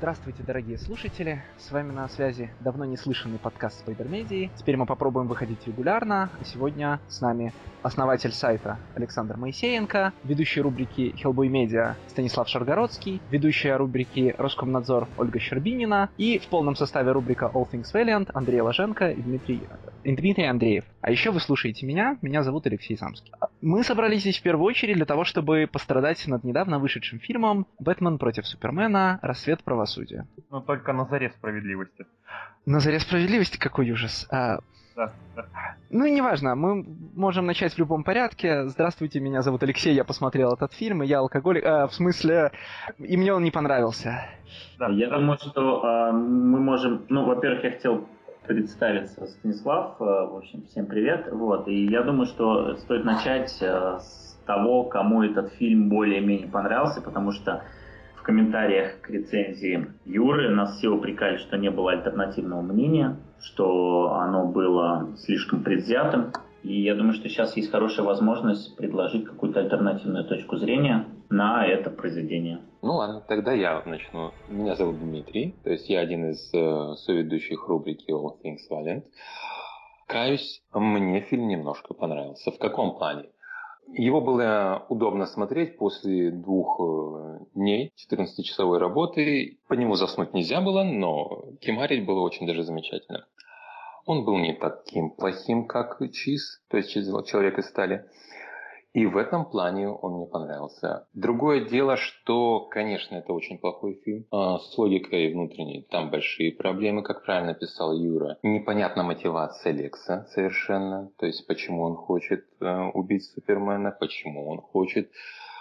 Здравствуйте, дорогие слушатели. С вами на связи давно не слышанный подкаст Spider-Media. Теперь мы попробуем выходить регулярно. А сегодня с нами основатель сайта Александр Моисеенко, ведущий рубрики Hellboy Media Станислав Шаргородский, ведущая рубрики Роскомнадзор Ольга Щербинина и в полном составе рубрика All Things Valiant Андрей Ложенко и Дмитрий Андреев. А еще вы слушаете меня зовут Алексей Самский. Мы собрались здесь в первую очередь для того, чтобы пострадать над недавно вышедшим фильмом «Бэтмен против Супермена. Рассвет правосудия». Но только на заре справедливости. На заре справедливости? Какой ужас. Да. Ну и неважно, мы можем начать в любом порядке. Здравствуйте, меня зовут Алексей, я посмотрел этот фильм, и я алкоголик. И мне он не понравился. Да, я думаю, что мы можем... во-первых, я хотел представиться, Станислав. В общем, всем привет. И я думаю, что стоит начать с того, кому этот фильм более-менее понравился, потому что в комментариях к рецензии Юры нас все упрекали, что не было альтернативного мнения, что оно было слишком предвзятым. И я думаю, что сейчас есть хорошая возможность предложить какую-то альтернативную точку зрения на это произведение. Ну ладно, тогда я начну. Меня зовут Дмитрий, то есть я один из соведущих рубрики All Things Valiant. Каюсь, мне фильм немножко понравился. В каком плане? Его было удобно смотреть после 2 дней 14-часовой работы. По нему заснуть нельзя было, но кемарить было очень даже замечательно. Он был не таким плохим, как Чиз, то есть Человек из стали. И в этом плане он мне понравился. Другое дело, что, конечно, это очень плохой фильм. С логикой внутренней там большие проблемы, как правильно писал Юра. Непонятна мотивация Лекса совершенно. То есть, почему он хочет убить Супермена, почему он хочет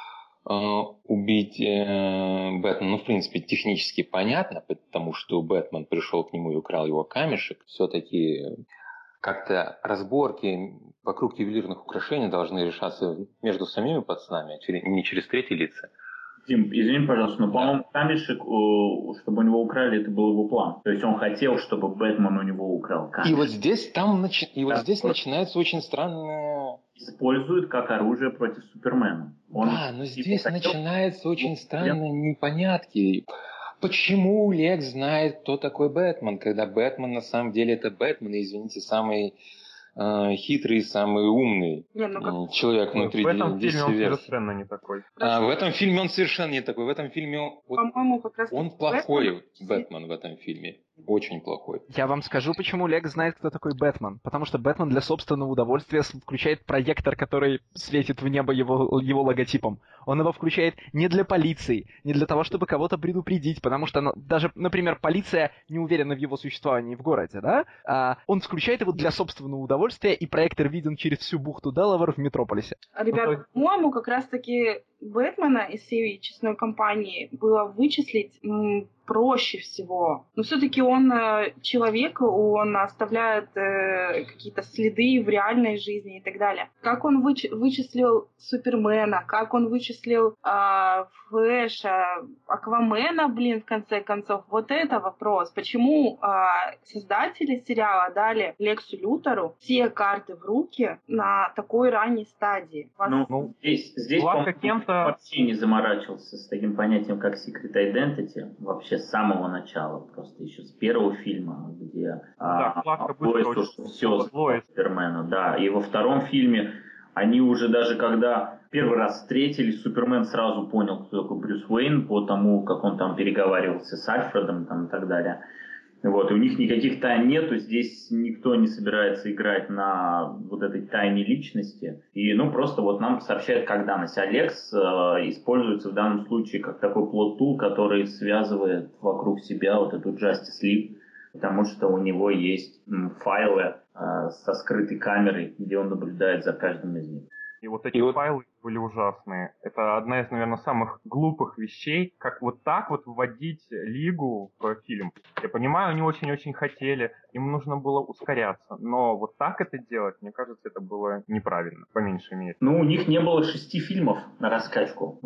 убить Бэтмена. В принципе, технически понятно, потому что Бэтмен пришел к нему и украл его камешек. Все-таки как-то разборки вокруг ювелирных украшений должны решаться между самими пацанами, а не через третьи лица. Дим, извини, пожалуйста, но, по-моему, камешек, чтобы у него украли, это был его план. То есть он хотел, чтобы Бэтмен у него украл камешек. И вот здесь здесь начинается очень странное... Используют как оружие против Супермена. Но здесь начинаются очень странные непонятки. Почему Лекс знает, кто такой Бэтмен, когда Бэтмен на самом деле это Бэтмен, и, извините, самый хитрый, самый умный человек внутри DC. В этом фильме он совершенно не такой. В этом фильме он совершенно не такой. В этом фильме по-моему, как раз он плохой Бэтмен в этом фильме. Очень плохой. Я вам скажу, почему Лекс знает, кто такой Бэтмен. Потому что Бэтмен для собственного удовольствия включает проектор, который светит в небо его логотипом. Он его включает не для полиции, не для того, чтобы кого-то предупредить, потому что даже, например, полиция не уверена в его существовании в городе, да? Он включает его для собственного удовольствия, и проектор виден через всю бухту Делавэр в Метрополисе. Ребят, по-моему, как раз-таки Бэтмена из всей честной компании было вычислить проще всего. Но все-таки он человек, он оставляет какие-то следы в реальной жизни и так далее. Как он вычислил Супермена, как он вычислил Флэша, Аквамена, в конце концов. Вот это вопрос. Почему создатели сериала дали Лексу Лютеру все карты в руки на такой ранней стадии? Здесь вообще не заморачивался с таким понятием, как Secret Identity, вообще с самого начала, просто еще с первого фильма, где Лоис все Супермену, да, и во втором фильме они уже даже когда первый раз встретились, Супермен сразу понял, кто такой Брюс Уэйн, по тому, как он там переговаривался с Альфредом и так далее. И у них никаких тайн нету, здесь никто не собирается играть на вот этой тайне личности. И просто нам сообщают как данность. Лекс используется в данном случае как такой плот-тул, который связывает вокруг себя вот эту Justice League, потому что у него есть файлы со скрытой камерой, где он наблюдает за каждым из них. И вот эти файлы были ужасные. Это одна из, наверное, самых глупых вещей, как вот так вот вводить Лигу в фильм. Я понимаю, они очень-очень хотели, им нужно было ускоряться, но вот так это делать, мне кажется, это было неправильно, по меньшей мере. У них не было 6 фильмов на раскачку.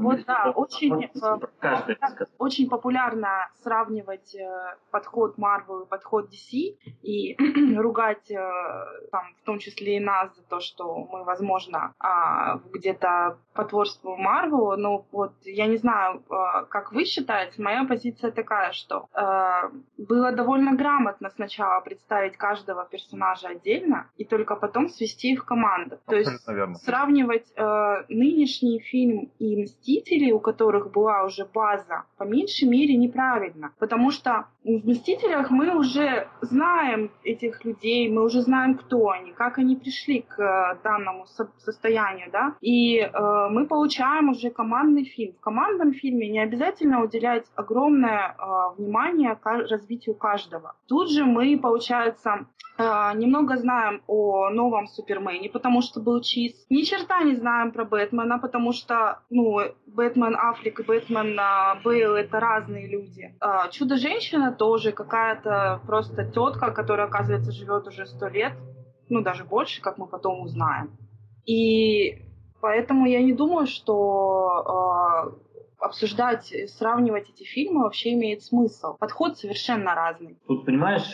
Очень популярно сравнивать подход Marvel и подход DC и ругать в том числе и нас за то, что мы, возможно, где-то потворству Марвелу, но вот я не знаю, как вы считаете, моя позиция такая, что было довольно грамотно сначала представить каждого персонажа отдельно и только потом свести их в команду. То есть сравнивать нынешний фильм и «Мстители», у которых была уже база, по меньшей мере неправильно, потому что в «Мстителях» мы уже знаем этих людей, мы уже знаем, кто они, как они пришли к данному состоянию, да, и мы получаем уже командный фильм. В командном фильме не обязательно уделять огромное внимание развитию каждого. Тут же мы, получается, немного знаем о новом Супермене, потому что был Чиз. Ни черта не знаем про Бэтмена, потому что, Бэтмен Аффлек и Бэтмен Бейл — это разные люди. Чудо-женщина тоже какая-то просто тетка, которая, оказывается, живет уже 100 лет, даже больше, как мы потом узнаем. И поэтому я не думаю, что обсуждать, сравнивать эти фильмы вообще имеет смысл. Подход совершенно разный. Тут, понимаешь,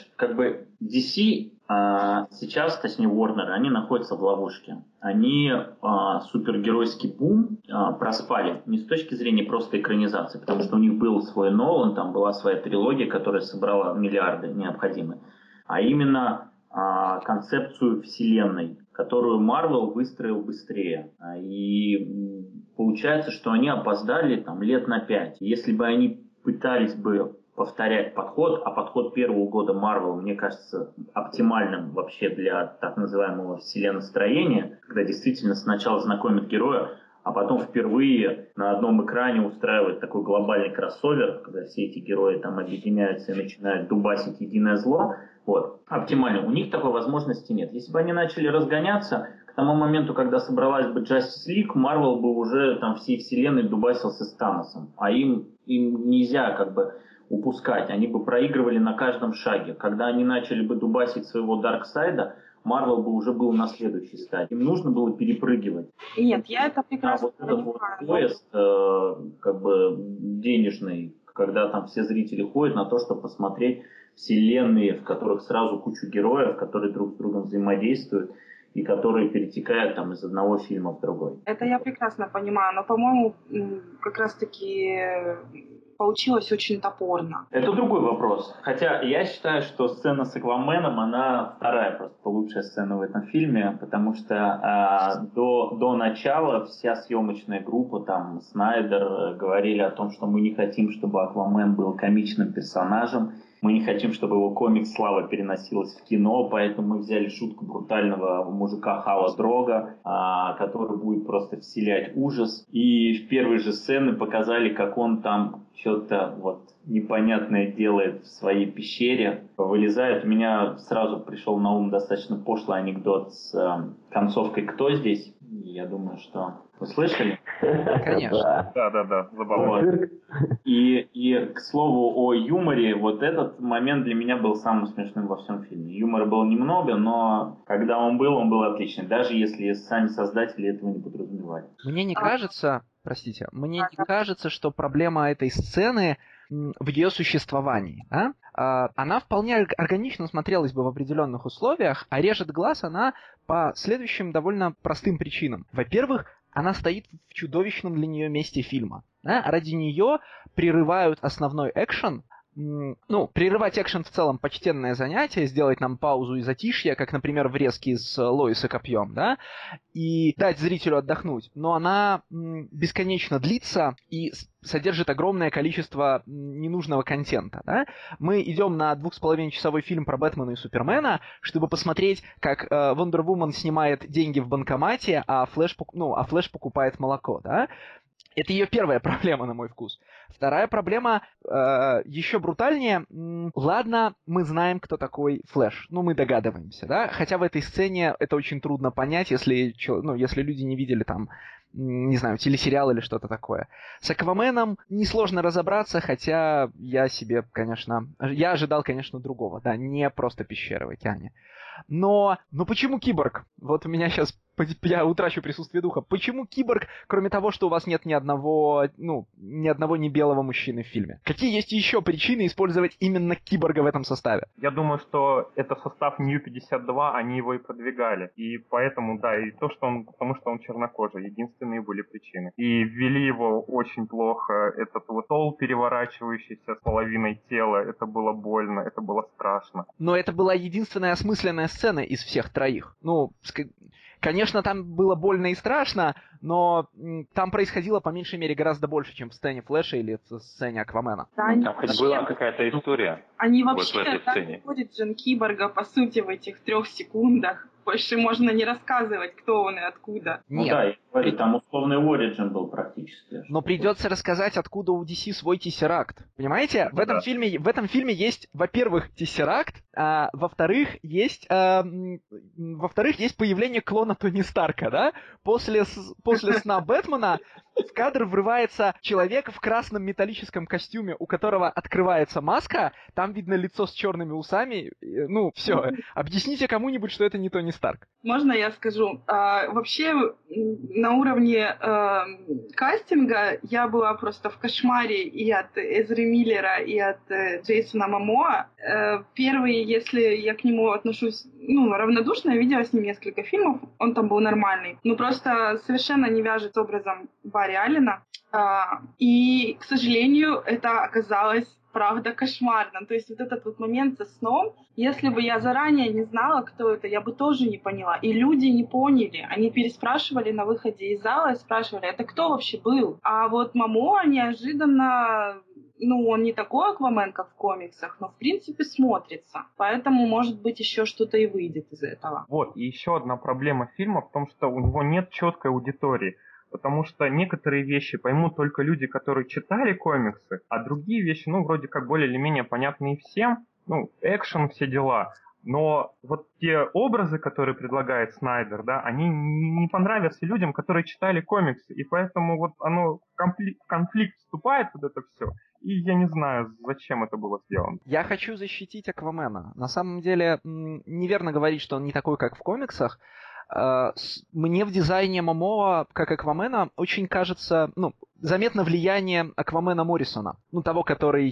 DC сейчас, точнее Warner, они находятся в ловушке. Они супергеройский бум проспали не с точки зрения просто экранизации, потому что у них был свой Нолан, там была своя трилогия, которая собрала миллиарды необходимые, а именно концепцию вселенной, которую Marvel выстроил быстрее. И получается, что они опоздали лет на 5. Если бы они пытались бы повторять подход, а подход первого года Marvel, мне кажется, оптимальным вообще для так называемого вселенностроения, когда действительно сначала знакомят героя, а потом впервые на одном экране устраивают такой глобальный кроссовер, когда все эти герои там объединяются и начинают дубасить единое зло. Вот. Оптимально. У них такой возможности нет. Если бы они начали разгоняться, к тому моменту, когда собралась бы Justice League, Marvel бы уже там всей вселенной дубасился с Таносом. А им нельзя упускать. Они бы проигрывали на каждом шаге. Когда они начали бы дубасить своего Дарксайда, Марвел бы уже был на следующей стадии. Им нужно было перепрыгивать. Нет, я это прекрасно понимаю. Поезд денежный, когда там все зрители ходят на то, чтобы посмотреть вселенные, в которых сразу кучу героев, которые друг с другом взаимодействуют и которые перетекают из одного фильма в другой. Это я прекрасно понимаю, но, по-моему, как раз-таки получилось очень топорно. Это другой вопрос. Хотя я считаю, что сцена с Акваменом, она вторая просто лучшая сцена в этом фильме, потому что до начала вся съемочная группа, Снайдер, говорили о том, что мы не хотим, чтобы Аквамен был комичным персонажем, мы не хотим, чтобы его комикс-слава переносилась в кино, поэтому мы взяли шутку брутального мужика Хала Дрога, который будет просто вселять ужас. И в первой же сцене показали, как он там что-то непонятное делает в своей пещере, вылезает. У меня сразу пришел на ум достаточно пошлый анекдот с концовкой «Кто здесь?». Я думаю, что вы слышали? Конечно. Да, забавно. И к слову о юморе, этот момент для меня был самым смешным во всем фильме. Юмора было немного, но когда он был отличный, даже если сами создатели этого не подразумевали. Мне не кажется, что проблема этой сцены в ее существовании. Да? Она вполне органично смотрелась бы в определенных условиях, а режет глаз она по следующим довольно простым причинам. Во-первых, она стоит в чудовищном для нее месте фильма. Да? Ради нее прерывают основной экшен. Прерывать экшен в целом почтенное занятие, сделать нам паузу и затишье, как, например, врезки с Лоис и Копьем, да, и дать зрителю отдохнуть. Но она бесконечно длится и содержит огромное количество ненужного контента, да. Мы идем на 2,5-часовой фильм про Бэтмена и Супермена, чтобы посмотреть, как Wonder Woman снимает деньги в банкомате, а Флэш покупает молоко, да. Это ее первая проблема, на мой вкус. Вторая проблема еще брутальнее. Ладно, мы знаем, кто такой Флэш. Мы догадываемся, да? Хотя в этой сцене это очень трудно понять, если люди не видели телесериал или что-то такое. С Акваменом несложно разобраться, хотя я ожидал, конечно, другого, да, не просто пещеры в океане. Но почему киборг? У меня сейчас я утрачу присутствие духа. Почему киборг, кроме того, что у вас нет ни одного не белого мужчины в фильме? Какие есть еще причины использовать именно киборга в этом составе? Я думаю, что это состав Нью-52, они его и продвигали. И поэтому, да, и то, что потому что он чернокожий, единственные были причины. И ввели его очень плохо. Этот вот стол, переворачивающийся с половиной тела, это было больно, это было страшно. Но это была единственная осмысленная сцена из всех троих. Конечно, там было больно и страшно, но там происходило, по меньшей мере, гораздо больше, чем в сцене Флэша или в сцене Аквамена. Да, там хоть была какая-то история. Они вообще находят Джон Киборга, по сути, в этих 3 секундах. Больше можно не рассказывать, кто он и откуда. Нет. Ну да, там условный Origin был практически. Но придется рассказать, откуда у DC свой Тессеракт. Понимаете? В этом фильме есть, во-первых, Тессеракт, а во-вторых, есть появление клона Тони Старка, да? После сна Бэтмена в кадр врывается человек в красном металлическом костюме, у которого открывается маска, там видно лицо с черными усами. Все. Объясните кому-нибудь, что это не Тони Старк. Можно я скажу? Вообще, на уровне кастинга я была просто в кошмаре и от Эзры Миллера, и от Джейсона Момоа. Первый, если я к нему отношусь равнодушно, я видела с ним несколько фильмов, он там был нормальный. Но просто совершенно не вяжет с образом Барри Аллена. И, к сожалению, это оказалось правда кошмарно. То есть вот этот вот момент со сном, если бы я заранее не знала, кто это, я бы тоже не поняла. И люди не поняли. Они переспрашивали на выходе из зала и спрашивали, это кто вообще был? А вот Момоа неожиданно... он не такой Аквамен, как в комиксах, но в принципе смотрится. Поэтому, может быть, еще что-то и выйдет из этого. Вот, и еще одна проблема фильма в том, что у него нет четкой аудитории. Потому что некоторые вещи поймут только люди, которые читали комиксы, а другие вещи, вроде как более или менее понятные всем, экшен, все дела. Но вот те образы, которые предлагает Снайдер, да, они не понравятся людям, которые читали комиксы. И поэтому вот оно в конфликт вступает, вот это все. И я не знаю, зачем это было сделано. Я хочу защитить Аквамена. На самом деле, неверно говорить, что он не такой, как в комиксах. Мне в дизайне Момоа, как Аквамена, очень кажется, заметно влияние Аквамена Моррисона. Того, который,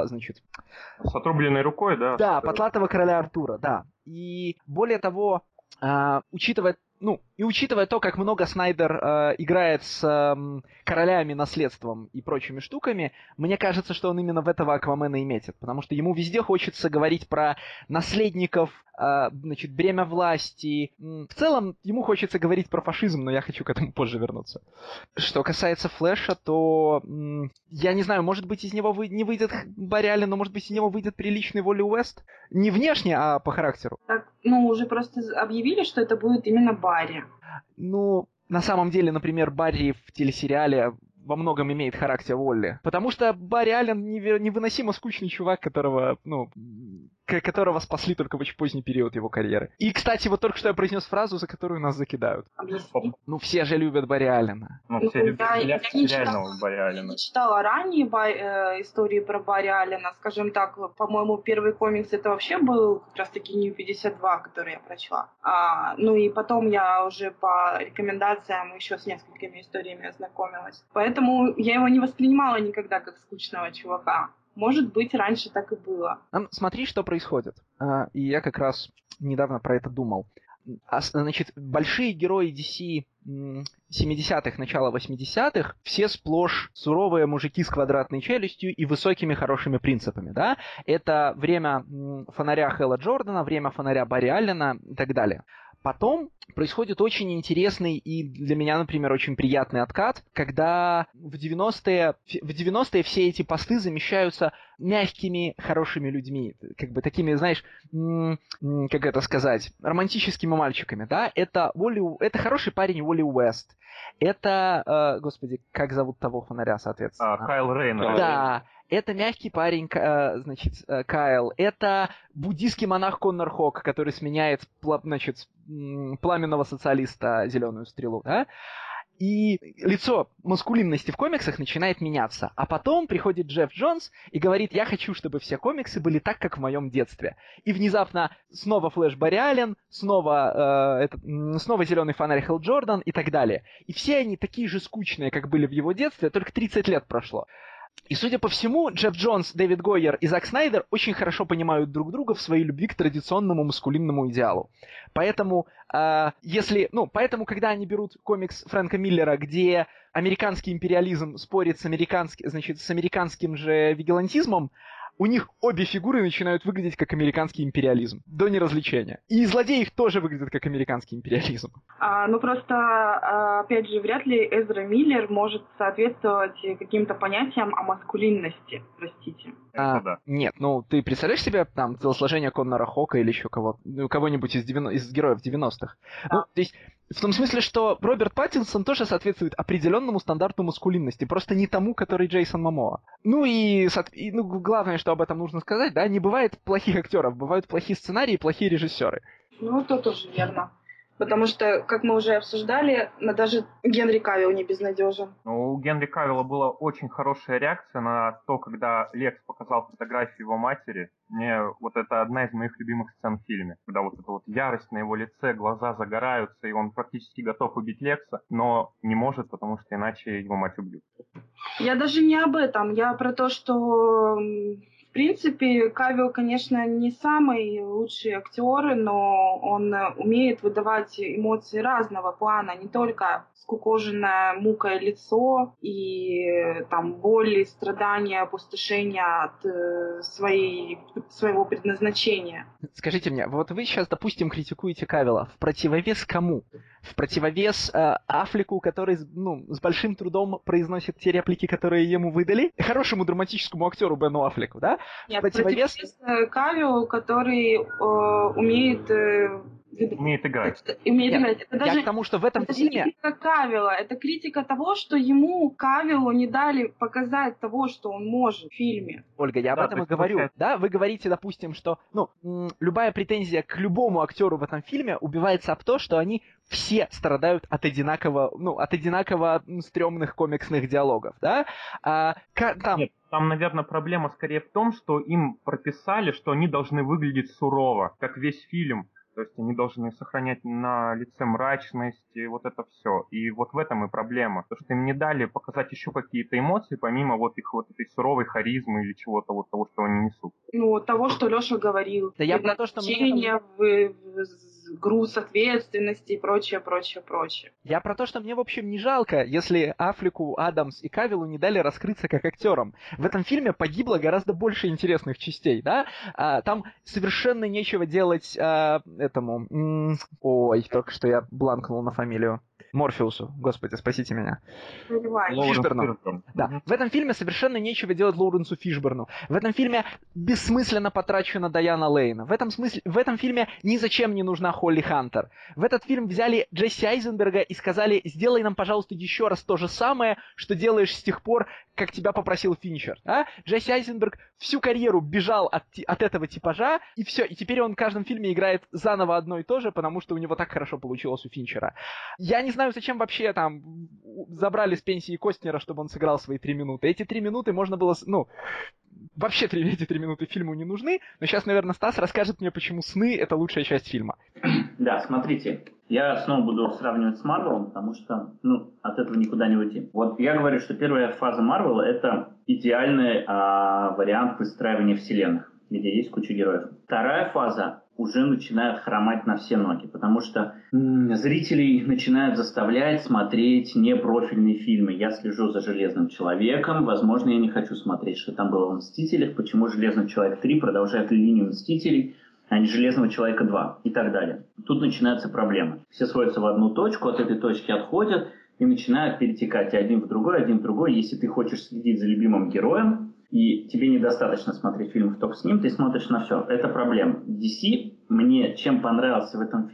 с отрубленной рукой, да? Да, Потлатого короля Артура, да. И более того, учитывая то, как много Снайдер играет с королями, наследством и прочими штуками, мне кажется, что он именно в этого Аквамена и метит. Потому что ему везде хочется говорить про наследников, бремя власти. В целом, ему хочется говорить про фашизм, но я хочу к этому позже вернуться. Что касается Флэша, то я не знаю, может быть, из него не выйдет Барри Аллен, но может быть, из него выйдет приличный Уолли Уэст. Не внешне, а по характеру. Так, уже просто объявили, что это будет именно Барри. На самом деле, например, Барри в телесериале во многом имеет характер Уолли. Потому что Барри Аллен невыносимо скучный чувак, которого спасли только в очень поздний период его карьеры. И, кстати, вот только что я произнес фразу, за которую нас закидают. Все же любят Барри Аллена. Все любят реального Барри Аллена. Я не читала ранние истории про Барри Аллена. Скажем так, по-моему, первый комикс это вообще был как раз-таки Нью-52, который я прочла. И потом я уже по рекомендациям еще с несколькими историями ознакомилась. Поэтому я его не воспринимала никогда как скучного чувака. Может быть, раньше так и было. Смотри, что происходит. И я как раз недавно про это думал. Большие герои DC 70-х, начала 80-х, все сплошь суровые мужики с квадратной челюстью и высокими хорошими принципами, да? Это время фонаря Хэлла Джордана, время фонаря Барри Аллена и так далее. Потом происходит очень интересный и для меня, например, очень приятный откат, когда в 90-е все эти посты замещаются мягкими, хорошими людьми, такими, знаешь, как это сказать, романтическими мальчиками, да? Это хороший парень Уолли Уэст. Это, господи, как зовут того фонаря, соответственно? Кайл Рейнер. Да. Это мягкий парень, Кайл. Это буддийский монах Коннор Хок, который сменяет, пламенного социалиста Зеленую Стрелу, да? и лицо маскулинности в комиксах начинает меняться. А потом приходит Джефф Джонс и говорит: я хочу, чтобы все комиксы были так, как в моем детстве. И внезапно снова Флэш Барри Аллен, снова зеленый фонарь Хэл Джордан и так далее. И все они такие же скучные, как были в его детстве, только 30 лет прошло. И, судя по всему, Джефф Джонс, Дэвид Гойер и Зак Снайдер очень хорошо понимают друг друга в своей любви к традиционному маскулинному идеалу. Поэтому, когда они берут комикс Фрэнка Миллера, где американский империализм спорит с американским же вигилантизмом, у них обе фигуры начинают выглядеть как американский империализм. До неразличения. И злодеи их тоже выглядят как американский империализм. Опять же, вряд ли Эзра Миллер может соответствовать каким-то понятиям о маскулинности, простите. Да. Нет, ты представляешь себе там телосложение Коннора Хока или еще кого-нибудь из героев 90-х? Да. То есть, в том смысле, что Роберт Паттинсон тоже соответствует определенному стандарту маскулинности, просто не тому, который Джейсон Момоа. Главное, что об этом нужно сказать, да, не бывает плохих актеров, бывают плохие сценарии и плохие режиссеры. Это тоже верно. Потому что, как мы уже обсуждали, даже Генри Кавилл не безнадежен. У Генри Кавилла была очень хорошая реакция на то, когда Лекс показал фотографию его матери. Мне это одна из моих любимых сцен в фильме. Когда эта ярость на его лице, глаза загораются, и он практически готов убить Лекса, но не может, потому что иначе его мать убьют. Я даже не об этом. Я про то, что... В принципе, Кавилл, конечно, не самый лучший актер, но он умеет выдавать эмоции разного плана, не только скукоженное мукой лицо и боль, страдания, опустошение от своего предназначения. Скажите мне, вы сейчас, допустим, критикуете Кавилла. В противовес кому? В противовес Аффлеку, который с большим трудом произносит те реплики, которые ему выдали? Хорошему драматическому актеру Бену Аффлеку, да? Нет, противовес Кавиллу, который умеет играть. Это я к тому, что в этом фильме... критика Кавилла. Это критика того, что ему, Кавиллу, не дали показать того, что он может в фильме. Ольга, я об этом и говорю. Да, вы говорите, допустим, что любая претензия к любому актеру в этом фильме убивается об то, что они все страдают от одинаково стрёмных комиксных диалогов, да? Нет, там, наверное, проблема скорее в том, что им прописали, что они должны выглядеть сурово, как весь фильм. То есть они должны сохранять на лице мрачность и это все. И в этом и проблема. То, что им не дали показать еще какие-то эмоции, помимо их этой суровой харизмы или чего-то того, что они несут. Того, что Леша говорил. Да я про то, что груз ответственности и прочее. Я про то, что мне, в общем, не жалко, если Аффлеку, Адамс и Кавиллу не дали раскрыться как актерам. В этом фильме погибло гораздо больше интересных частей, да? Там совершенно нечего делать только что я бланкнул на фамилию. Морфеусу, господи, спасите меня. Фишберну. Да, в этом фильме совершенно нечего делать Лоуренсу Фишберну. В этом фильме бессмысленно потрачена Дайана Лейн. В этом фильме ни зачем не нужна Холли Хантер. В этот фильм взяли Джесси Айзенберга и сказали: сделай нам, пожалуйста, еще раз то же самое, что делаешь с тех пор, как тебя попросил Финчер. Джесси Айзенберг всю карьеру бежал от этого типажа, и все, и теперь он в каждом фильме играет заново одно и то же, потому что у него так хорошо получилось у Финчера. Я не знаю, зачем вообще забрали с пенсии Костнера, чтобы он сыграл свои 3 минуты. Эти 3 минуты можно было... вообще эти 3 минуты фильму не нужны, но сейчас, наверное, Стас расскажет мне, почему «Сны» — это лучшая часть фильма. Да, смотрите, я снова буду сравнивать с Марвелом, потому что, от этого никуда не уйти. Я говорю, что первая фаза Марвела — это идеальный вариант выстраивания вселенных, где есть куча героев. Вторая фаза уже начинают хромать на все ноги, потому что зрителей начинают заставлять смотреть непрофильные фильмы. Я слежу за «Железным человеком», возможно, я не хочу смотреть, что там было в «Мстителях», почему «Железный человек 3» продолжает линию «Мстителей», а не «Железного человека 2» и так далее. Тут начинаются проблемы. Все сводятся в одну точку, от этой точки отходят и начинают перетекать один в другой. Если ты хочешь следить за любимым героем, и тебе недостаточно смотреть фильм только с ним, ты смотришь на все. Это проблема. DC мне чем понравился в этом фильме?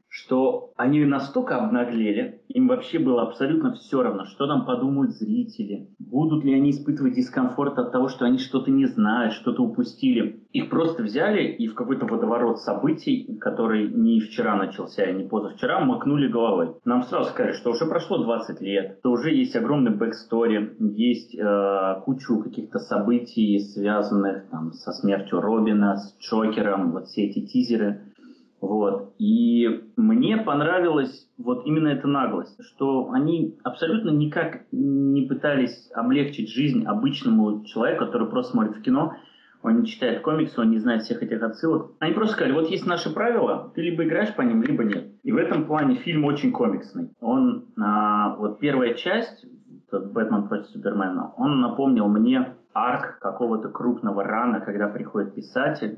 что они настолько обнаглели, им вообще было абсолютно все равно, что там подумают зрители, будут ли они испытывать дискомфорт от того, что они что-то не знают, что-то упустили. Их просто взяли и в какой-то водоворот событий, который не вчера начался и не позавчера, макнули головой. Нам сразу сказали, что уже прошло 20 лет, что уже есть огромный бэкстори, есть кучу каких-то событий, связанных там, со смертью Робина, с Джокером, вот все эти тизеры. Вот. И мне понравилась вот именно эта наглость, что они абсолютно никак не пытались облегчить жизнь обычному человеку, который просто смотрит в кино, он не читает комиксы, он не знает всех этих отсылок. Они просто сказали, вот есть наши правила, ты либо играешь по ним, либо нет. И в этом плане фильм очень комиксный. Он, вот первая часть, «Бэтмен против Супермена», он напомнил мне арк какого-то крупного рана, когда приходит писатель,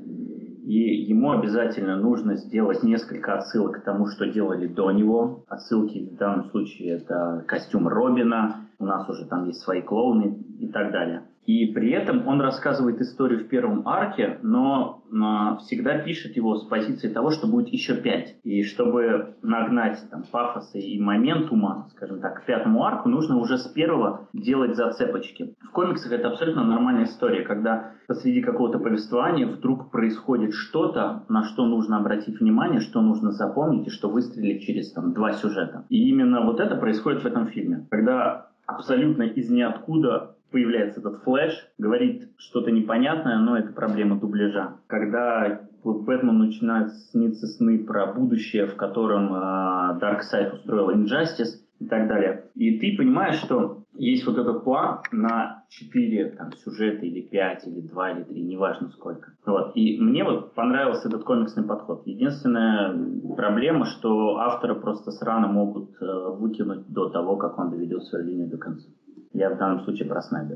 и ему обязательно нужно сделать несколько отсылок к тому, что делали до него. Отсылки в данном случае это костюм Робина, у нас уже там есть свои клоуны и так далее. И при этом он рассказывает историю в первом арке, но всегда пишет его с позиции того, что будет еще 5. И чтобы нагнать там пафоса и моментума, скажем так, к 5-му арку, нужно уже с первого делать зацепочки. В комиксах это абсолютно нормальная история, когда посреди какого-то повествования вдруг происходит что-то, на что нужно обратить внимание, что нужно запомнить и что выстрелит через 2 сюжета. И именно вот это происходит в этом фильме, когда абсолютно из ниоткуда появляется этот Флэш, говорит что-то непонятное, но это проблема дубляжа. Когда Бэтмену начинают сниться сны про будущее, в котором Дарксайд устроил Injustice и так далее. И ты понимаешь, что есть вот этот план на 4 сюжета, или 5, или 2, или 3, неважно сколько. Вот. И мне вот понравился этот комиксный подход. Единственная проблема, что авторы просто срано могут выкинуть до того, как он доведет свою линию до конца. Я в данном случае про Снайдера.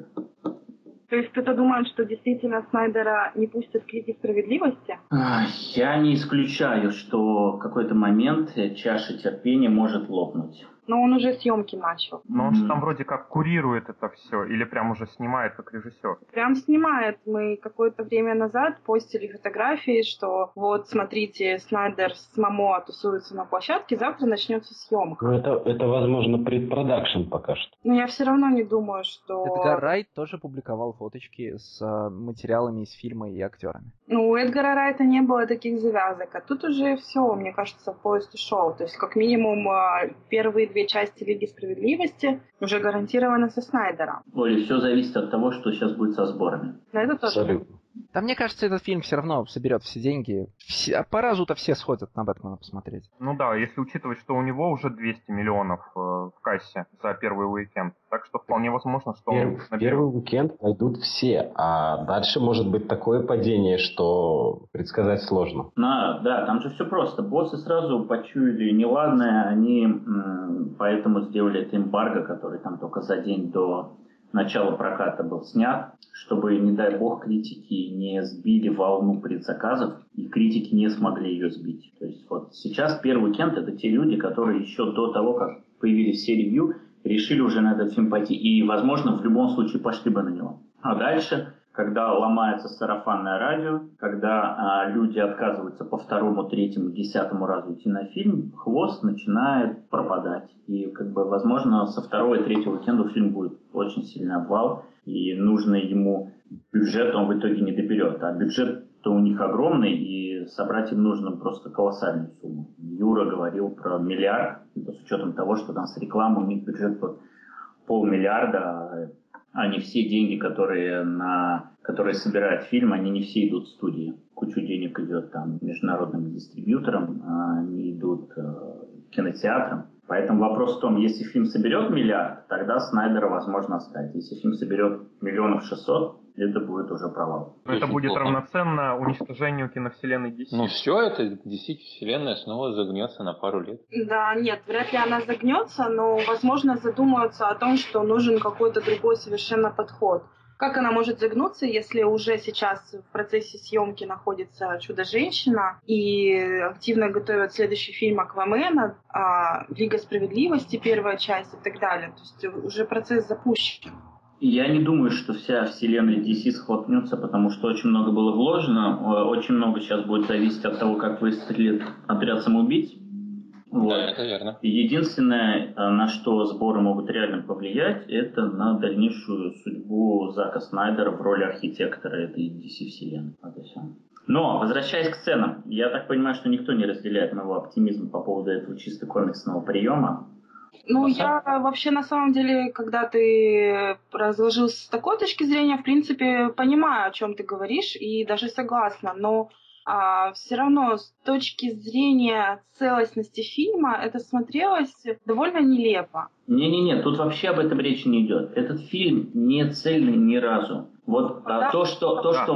То есть кто-то думает, что действительно Снайдера не пустят к Лиге Справедливости? Я не исключаю, что в какой-то момент чаша терпения может лопнуть. Но он уже съемки начал. Но он же там вроде как курирует это все, или прям уже снимает как режиссер? Прям снимает. Мы какое-то время назад постили фотографии, что вот, смотрите, Снайдер с Момо тусуются на площадке, завтра начнется съемка. Ну, это возможно, предпродакшн пока что. Но я все равно не думаю, что... Эдгар Райт тоже публиковал фоточки с материалами из фильма и актерами. Ну, у Эдгара Райта не было таких завязок, а тут уже все, мне кажется, поезд ушел. То есть, как минимум, первые 2 части Лиги Справедливости уже гарантированы со Снайдером. Оля, все зависит от того, что сейчас будет со сборами. Да, это тоже. Абсолютно. Да мне кажется, этот фильм все равно соберет все деньги. По разу-то все сходят на Бэтмена посмотреть. Ну да, если учитывать, что у него уже 200 миллионов в кассе за первый уикенд. Так что вполне возможно, что он... В первый уикенд пойдут все, а дальше может быть такое падение, что предсказать сложно. Да, там же все просто. Боссы сразу почуяли неладное, они поэтому сделали это эмбарго, который там только за день до начала проката был снят, чтобы, не дай бог, критики не сбили волну предзаказов, и критики не смогли ее сбить. То есть вот сейчас первый уикенд — это те люди, которые еще до того, как появились все ревью, решили уже на этот фильм пойти. И, возможно, в любом случае пошли бы на него. А дальше, когда ломается сарафанное радио, когда люди отказываются по 2-му, 3-му, 10-му разу идти на фильм, хвост начинает пропадать. И, возможно, со 2-го и 3-го уикенда фильм будет очень сильный обвал, и нужный ему бюджет он в итоге не доберет. А бюджет-то у них огромный, и собрать им нужно просто колоссальную сумму. Юра говорил про миллиард, с учетом того, что там с рекламой у них бюджет под 500 миллиона, а не все деньги, которые собирает фильм, они не все идут в студии. Кучу денег идет там международным дистрибьюторам, они идут кинотеатрам. Поэтому вопрос в том, если фильм соберет 1 миллиард, тогда Снайдера возможно оставить. Если фильм соберет 600 000 000, это будет уже провал. Но это будет равноценно уничтожению киновселенной DC. Ну все, это DC-вселенная снова загнется на пару лет. Да, нет, вряд ли она загнется, но, возможно, задумаются о том, что нужен какой-то другой совершенно подход. Как она может загнуться, если уже сейчас в процессе съемки находится «Чудо-женщина» и активно готовят следующий фильм «Аквамена», «Лига Справедливости», первая часть и так далее. То есть уже процесс запущен. Я не думаю, что вся вселенная DC схлопнется, потому что очень много было вложено, очень много сейчас будет зависеть от того, как выстрелит «Отряд самоубийц». Вот. Да, это верно. Единственное, на что сборы могут реально повлиять, это на дальнейшую судьбу Зака Снайдера в роли архитектора этой DC-вселенной. Но, возвращаясь к сценам, я так понимаю, что никто не разделяет моего оптимизма по поводу этого чисто комиксного приема. Я вообще, на самом деле, когда ты разложил с такой точки зрения, в принципе, понимаю, о чем ты говоришь, и даже согласна, но все равно с точки зрения целостности фильма это смотрелось довольно нелепо. Не-не-не, тут вообще об этом речи не идет. Этот фильм не цельный ни разу. Вот то, что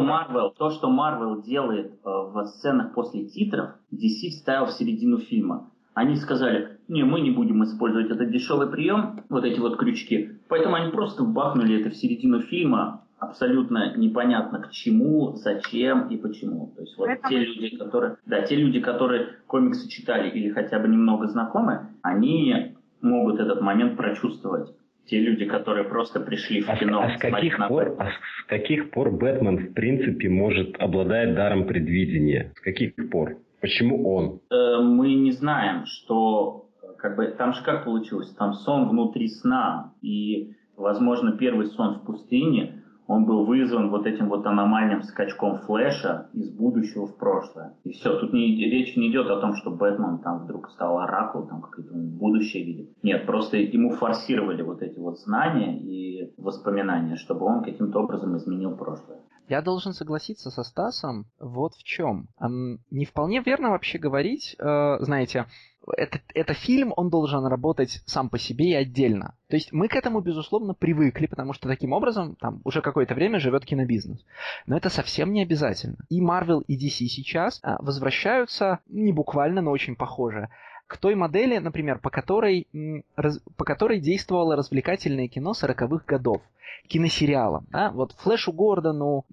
Marvel делает в сценах после титров, DC вставил в середину фильма. Они сказали, не, мы не будем использовать этот дешевый прием, вот эти вот крючки. Поэтому они просто бахнули это в середину фильма, абсолютно непонятно к чему, зачем и почему. То есть вот те люди, которые комиксы читали или хотя бы немного знакомы, они могут этот момент прочувствовать. Те люди, которые просто пришли в кино. С каких пор Бэтмен в принципе обладает даром предвидения? С каких пор? Почему он? Мы не знаем, что там же как получилось? Там сон внутри сна. И, возможно, первый сон в пустыне, он был вызван вот этим вот аномальным скачком Флэша из будущего в прошлое. И все. Тут речь не идет о том, что Бэтмен там вдруг стал оракул, там какое-то будущее видит. Нет, просто ему форсировали вот эти вот знания и воспоминания, чтобы он каким-то образом изменил прошлое. Я должен согласиться со Стасом вот в чем. Не вполне верно вообще говорить, знаете, это фильм, он должен работать сам по себе и отдельно. То есть мы к этому, безусловно, привыкли, потому что таким образом там уже какое-то время живет кинобизнес. Но это совсем не обязательно. И Marvel, и DC сейчас возвращаются, не буквально, но очень похоже, к той модели, например, по которой действовало развлекательное кино 40-х годов. Киносериалом. Да? Вот Флэшу Гордону,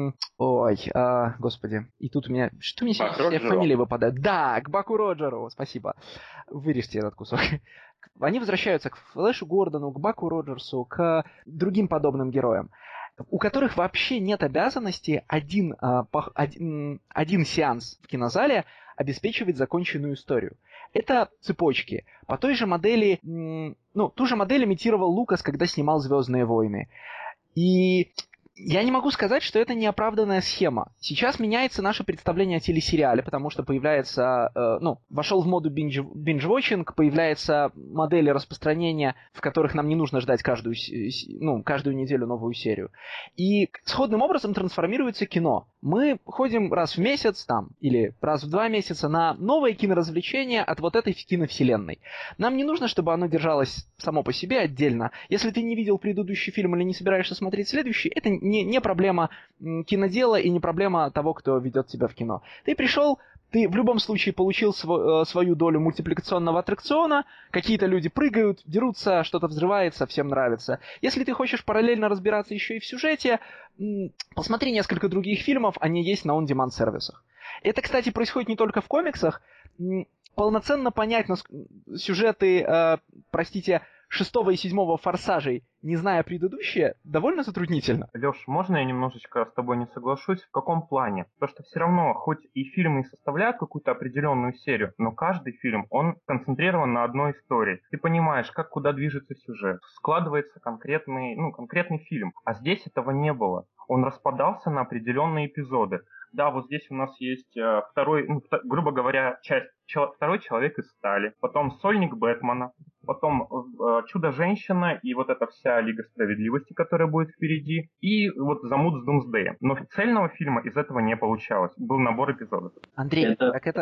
господи, и тут у меня, что мне сейчас все фамилии выпадают? Да, к Баку Роджеру, спасибо. Вырежьте этот кусок. Они возвращаются к Флэшу Гордону, к Баку Роджерсу, к другим подобным героям, у которых вообще нет обязанности один сеанс в кинозале обеспечивать законченную историю. Это цепочки. По той же модели, ту же модель имитировал Лукас, когда снимал «Звездные войны». И я не могу сказать, что это неоправданная схема. Сейчас меняется наше представление о телесериале, потому что появляется, вошел в моду binge-watching, появляются модели распространения, в которых нам не нужно ждать каждую неделю новую серию. И сходным образом трансформируется кино. Мы ходим раз в месяц или раз в 2 месяца на новое киноразвлечение от вот этой киновселенной. Нам не нужно, чтобы оно держалось само по себе отдельно. Если ты не видел предыдущий фильм или не собираешься смотреть следующий, это не проблема кинодела и не проблема того, кто ведет тебя в кино. Ты пришел, ты в любом случае получил свою долю мультипликационного аттракциона, какие-то люди прыгают, дерутся, что-то взрывается, всем нравится. Если ты хочешь параллельно разбираться еще и в сюжете, посмотри несколько других фильмов, они есть на on-demand сервисах. Это, кстати, происходит не только в комиксах. Полноценно понять сюжеты, 6 и 7 «Форсажей», не зная предыдущие, довольно затруднительно. Леш, можно я немножечко с тобой не соглашусь? В каком плане? Потому что все равно, хоть и фильмы составляют какую-то определенную серию, но каждый фильм, он концентрирован на одной истории. Ты понимаешь, куда движется сюжет. Складывается конкретный фильм. А здесь этого не было. Он распадался на определенные эпизоды. Да, вот здесь у нас есть грубо говоря, второй человек из стали, потом сольник Бэтмена, потом Чудо-женщина и вот эта вся Лига справедливости, которая будет впереди, и вот замут с Думсдеем. Но цельного фильма из этого не получалось. Был набор эпизодов. Андрей,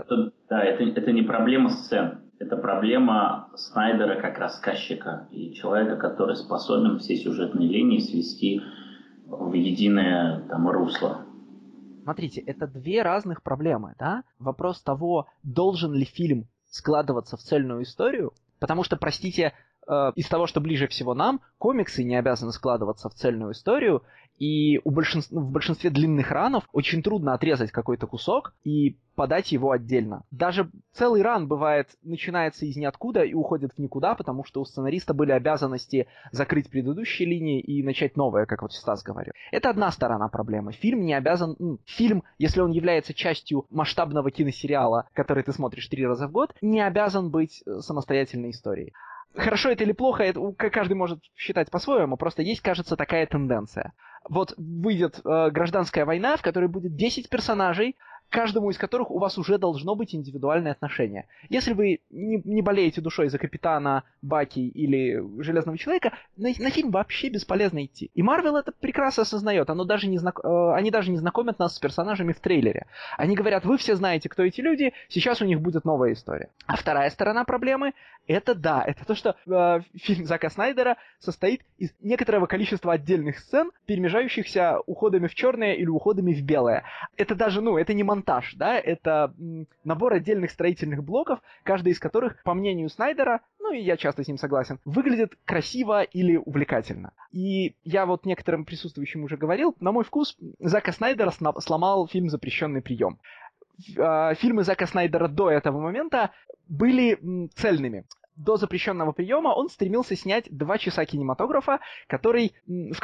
это не проблема сцен. Это проблема Снайдера как рассказчика и человека, который способен все сюжетные линии свести в единое русло. Смотрите, это 2 разных проблемы, да? Вопрос того, должен ли фильм складываться в цельную историю, потому что, простите, из того, что ближе всего нам, комиксы не обязаны складываться в цельную историю, и в большинстве длинных ранов очень трудно отрезать какой-то кусок и подать его отдельно. Даже целый ран, бывает, начинается из ниоткуда и уходит в никуда, потому что у сценариста были обязанности закрыть предыдущие линии и начать новое, как вот Стас говорил. Это одна сторона проблемы. Фильм не обязан... Фильм, если он является частью масштабного киносериала, который ты смотришь 3 раза в год, не обязан быть самостоятельной историей. Хорошо это или плохо, это каждый может считать по-своему, просто есть, кажется, такая тенденция. Вот выйдет гражданская война, в которой будет 10 персонажей, каждому из которых у вас уже должно быть индивидуальное отношение. Если вы не болеете душой за Капитана, Баки или Железного Человека, на фильм вообще бесполезно идти. И Марвел это прекрасно осознает. Они даже не знакомят нас с персонажами в трейлере. Они говорят, вы все знаете, кто эти люди, сейчас у них будет новая история. А вторая сторона проблемы это то, что фильм Зака Снайдера состоит из некоторого количества отдельных сцен, перемежающихся уходами в черное или уходами в белое. Это даже, это не монтаж, да, это набор отдельных строительных блоков, каждый из которых, по мнению Снайдера, и я часто с ним согласен, выглядит красиво или увлекательно. И я вот некоторым присутствующим уже говорил, на мой вкус, Зака Снайдера сломал фильм «Запрещенный прием». Фильмы Зака Снайдера до этого момента были цельными. До запрещенного приема он стремился снять 2 часа кинематографа, в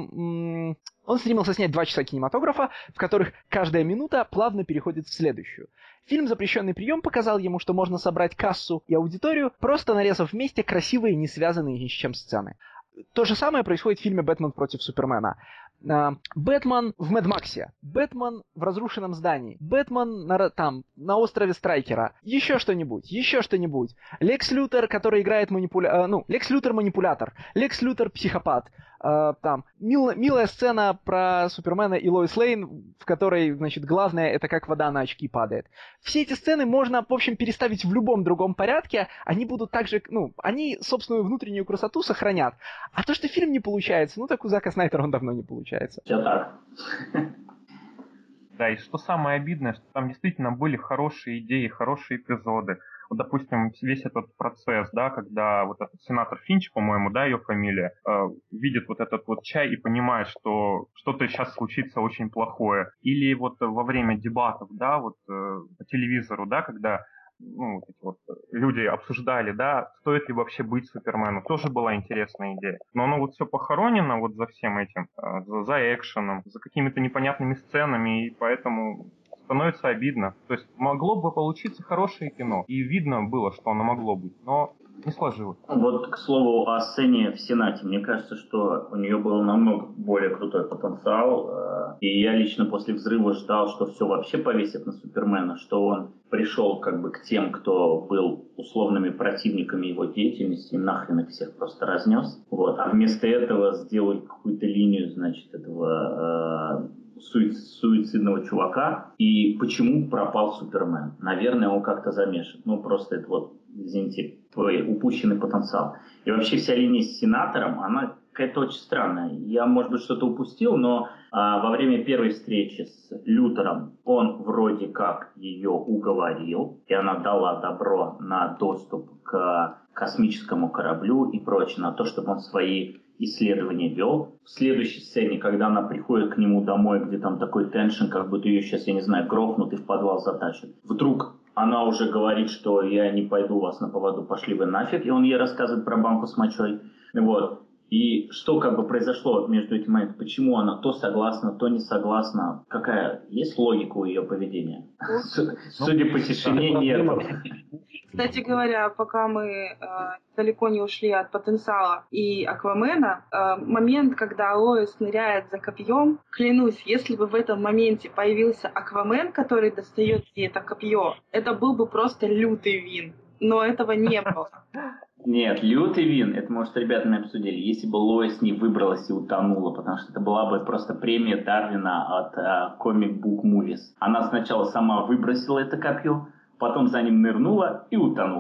которых каждая минута плавно переходит в следующую. Фильм «Запрещенный прием» показал ему, что можно собрать кассу и аудиторию, просто нарезав вместе красивые, не связанные ни с чем сцены. То же самое происходит в фильме «Бэтмен против Супермена». Бэтмен в Мэд Максе, Бэтмен в разрушенном здании, Бэтмен на острове Страйкера, еще что-нибудь. Лекс Лютер, который играет Лекс Лютер манипулятор, Лекс Лютер психопат. Милая сцена про Супермена и Лоис Лейн, в которой, главное, это как вода на очки падает. Все эти сцены можно, в общем, переставить в любом другом порядке, они будут также, они собственную внутреннюю красоту сохранят. А то, что фильм не получается, так у Зака Снайдера он давно не получается. Все так. Да, и что самое обидное, что там действительно были хорошие идеи, хорошие эпизоды. Вот, допустим, весь этот процесс, да, когда вот этот сенатор Финч, по-моему, да, ее фамилия, видит вот этот вот чай и понимает, что что-то сейчас случится очень плохое. Или вот во время дебатов, да, вот по телевизору, да, когда люди обсуждали, да, стоит ли вообще быть Суперменом, тоже была интересная идея. Но оно вот все похоронено вот за всем этим, за экшеном, за какими-то непонятными сценами, и поэтому становится обидно. То есть могло бы получиться хорошее кино, и видно было, что оно могло быть, но не сложилось. Вот, к слову, о сцене в Сенате. Мне кажется, что у нее был намного более крутой потенциал. И я лично после взрыва ждал, что все вообще повесит на Супермена, что он пришел к тем, кто был условными противниками его деятельности, и нахрен их всех просто разнес. Вот. А вместо этого сделать какую-то линию, этого суицидного чувака. И почему пропал Супермен? Наверное, он как-то замешан. Просто это извините, твой упущенный потенциал. И вообще вся линия с сенатором, она какая-то очень странная. Я, может быть, что-то упустил, но во время первой встречи с Лютером он вроде как ее уговорил, и она дала добро на доступ к космическому кораблю и прочее, на то, чтобы он свои исследования вел. В следующей сцене, когда она приходит к нему домой, где там такой теншн, как будто ее сейчас, грохнут и в подвал затащат. Вдруг она уже говорит, что я не пойду вас на поводу, пошли вы нафиг. И он ей рассказывает про банку с мочой. Вот. И что произошло между этими моментами? Почему она то согласна, то не согласна? Какая есть логика у ее поведения? Судя по тишине, нет. Кстати говоря, пока мы далеко не ушли от потенциала и Аквамена, момент, когда Лоис ныряет за копьем, клянусь, если бы в этом моменте появился Аквамен, который достает ей это копье, это был бы просто лютый вин. Но этого не было. Нет, лютый вин, это, может, ребятами обсудили, если бы Лоис не выбралась и утонула, потому что это была бы просто премия Дарвина от Comic Book Movies. Она сначала сама выбросила это копье, потом за ним нырнула и утонула.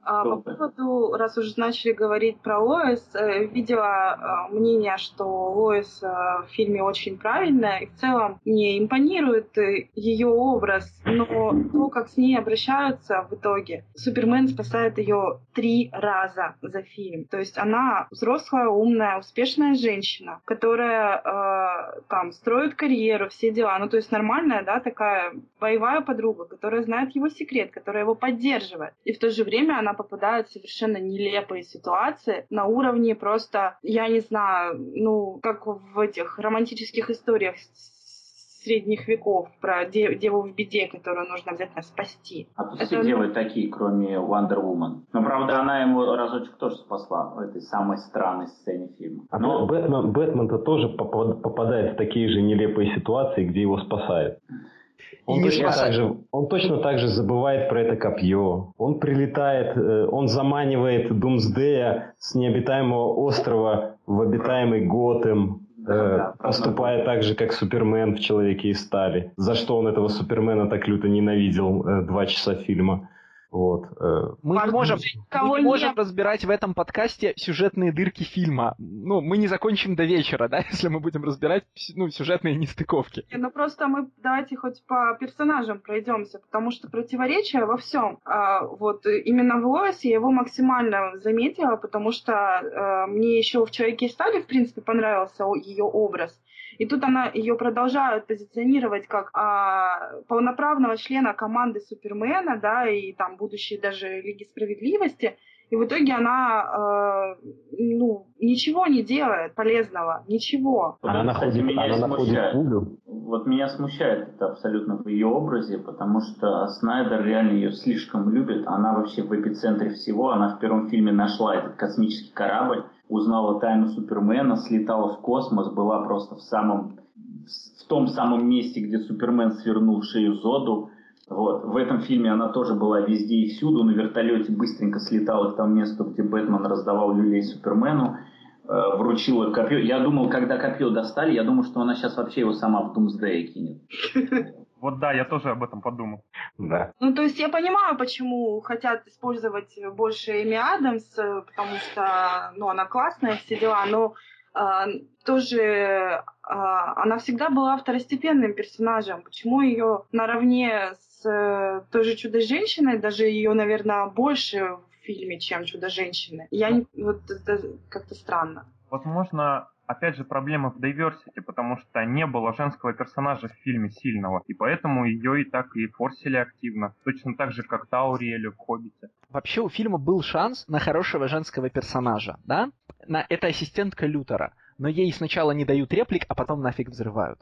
По поводу, раз уже начали говорить про Лоис, видела мнение, что Лоис в фильме очень правильная, и в целом мне импонирует ее образ, но то, как с ней обращаются в итоге. Супермен спасает ее 3 раза за фильм. То есть она взрослая, умная, успешная женщина, которая там строит карьеру, все дела. Ну, то есть нормальная, да, такая боевая подруга, которая знает его секрет, которая его поддерживает. И в то же время она попадают в совершенно нелепые ситуации на уровне просто, я не знаю, ну, как в этих романтических историях средних веков про деву в беде, которую нужно обязательно спасти. А тут все девы такие, кроме Wonder Woman. Но, правда, она ему разочек тоже спасла в этой самой странной сцене фильма. Но Бэтмен-то тоже попадает в такие же нелепые ситуации, где его спасают. Он точно так же забывает про это копье. Он прилетает, он заманивает Думсдея с необитаемого острова в обитаемый Готэм, поступая так же, как Супермен в «Человеке из стали». За что он этого Супермена так люто ненавидел 2 часа фильма. Вот. Мы не можем разбирать в этом подкасте сюжетные дырки фильма. Ну, мы не закончим до вечера, да, если мы будем разбирать сюжетные нестыковки. Ну, просто мы давайте хоть по персонажам пройдемся, потому что противоречия во всем. Вот именно в Лоисе я его максимально заметила, потому что мне еще в «Человеке из стали», в принципе, понравился ее образ. И тут ее продолжают позиционировать как полноправного члена команды Супермена, да, и там будущей даже Лиги Справедливости. И в итоге она ничего не делает полезного, ничего. Она находит пулю. Вот меня смущает это абсолютно в ее образе, потому что Снайдер реально ее слишком любит. Она вообще в эпицентре всего. Она в первом фильме нашла этот космический корабль, узнала тайну Супермена, слетала в космос, была просто в том самом месте, где Супермен свернул шею Зоду. Вот. В этом фильме она тоже была везде и всюду. На вертолете быстренько слетала к тому месту, где Бэтмен раздавал люлей Супермену. Вручила копье. Я думал, когда копье достали, я думал, что она сейчас вообще его сама в Думсдея кинет. Вот да, я тоже об этом подумал. Да. Ну, то есть я понимаю, почему хотят использовать больше Эми Адамс, потому что, она классная, все дела, но тоже она всегда была второстепенным персонажем. Почему ее наравне с той же Чудо-женщиной, даже ее, наверное, больше в фильме, чем Чудо-женщины? Это как-то странно. Возможно, опять же, проблема в diversity, потому что не было женского персонажа в фильме сильного, и поэтому ее и так и форсили активно. Точно так же, как Тауриэлю в «Хоббите». Вообще у фильма был шанс на хорошего женского персонажа, да? Это ассистентка Лютера. Но ей сначала не дают реплик, а потом нафиг взрывают.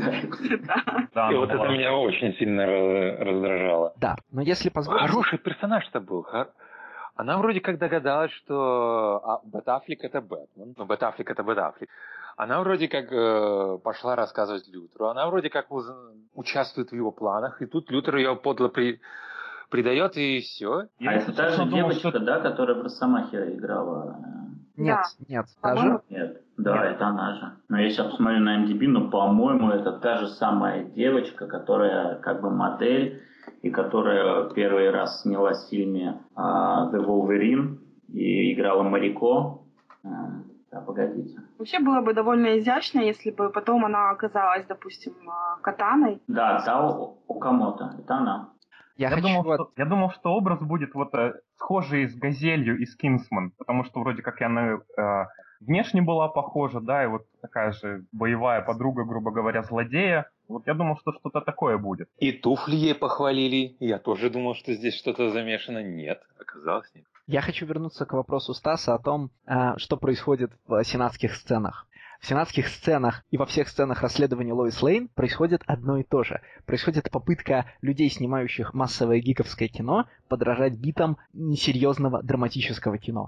Да, и вот это меня очень сильно раздражало. Да, но если позволить... Хороший персонаж-то был. Она вроде как догадалась, что Бет Аффлек это Бэтмен. Ну, Бет Аффлек это Бет Аффлек. Она вроде как пошла рассказывать Лютеру. Она вроде как участвует в его планах. И тут Лютер ее подло предает, и все. Это та же девочка, да, которая в Росомахе играла? Нет. Та же? Нет. Да, это она же. Но я сейчас посмотрю на MDB, но, по-моему, это та же самая девочка, которая как бы модель, и которая первый раз снялась в фильме The Wolverine и играла Марико. Да, погодите. Вообще было бы довольно изящно, если бы потом она оказалась, допустим, Катаной. Да, Тао Окамото. Это она. Я думал, что образ будет схожий с Газелью из Кингсман, потому что вроде как она внешне была похожа, да, и вот такая же боевая подруга, грубо говоря, злодея. Вот я думал, что что-то такое будет. И туфли ей похвалили. Я тоже думал, что здесь что-то замешано. Нет, оказалось нет. Я хочу вернуться к вопросу Стаса о том, что происходит в сенатских сценах. В сенатских сценах и во всех сценах расследования Лоис Лейн происходит одно и то же. Происходит попытка людей, снимающих массовое гиковское кино, подражать битам несерьезного драматического кино.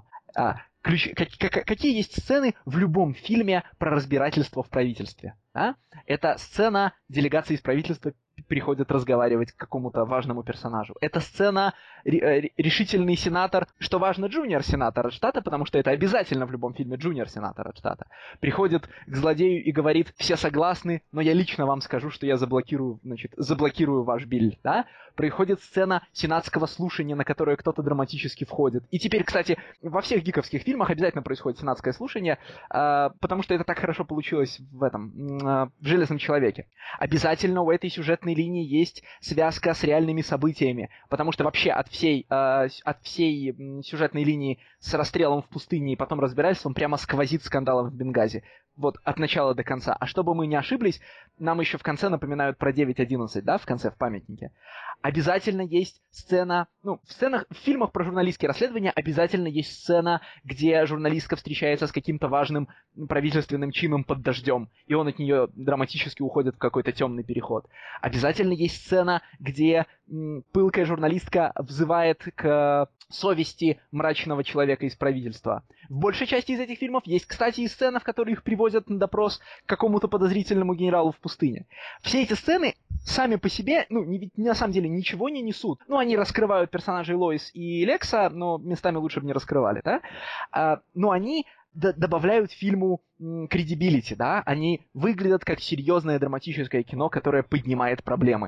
Какие есть сцены в любом фильме про разбирательство в правительстве? Это сцена делегации из правительства приходит разговаривать к какому-то важному персонажу. Это сцена решительный сенатор, что важно, джуниор-сенатор от штата, потому что это обязательно в любом фильме джуниор-сенатор от штата. Приходит к злодею и говорит: все согласны, но я лично вам скажу, что я заблокирую ваш биль, да? Происходит сцена сенатского слушания, на которое кто-то драматически входит. И теперь, кстати, во всех гиковских фильмах обязательно происходит сенатское слушание, потому что это так хорошо получилось в «Железном человеке». Обязательно у этой сюжетной линии есть связка с реальными событиями, потому что вообще от всей сюжетной линии с расстрелом в пустыне и потом разбирательством прямо сквозит скандалом в Бенгази. Вот от начала до конца. А чтобы мы не ошиблись, нам еще в конце напоминают про 9.11, да, в конце, в памятнике. Обязательно есть сцена, в фильмах про журналистские расследования обязательно есть сцена, где журналистка встречается с каким-то важным правительственным чином под дождем, и он от нее драматически уходит в какой-то темный переход. Обязательно есть сцена, где пылкая журналистка взывает к совести мрачного человека из правительства. В большей части из этих фильмов есть, кстати, и сцена, в которой их привозят на допрос к какому-то подозрительному генералу в пустыне. Все эти сцены сами по себе, на самом деле ничего не несут. Они раскрывают персонажей Лоис и Лекса, но местами лучше бы не раскрывали, да? Но они добавляют фильму credibility, да? Они выглядят как серьезное драматическое кино, которое поднимает проблемы.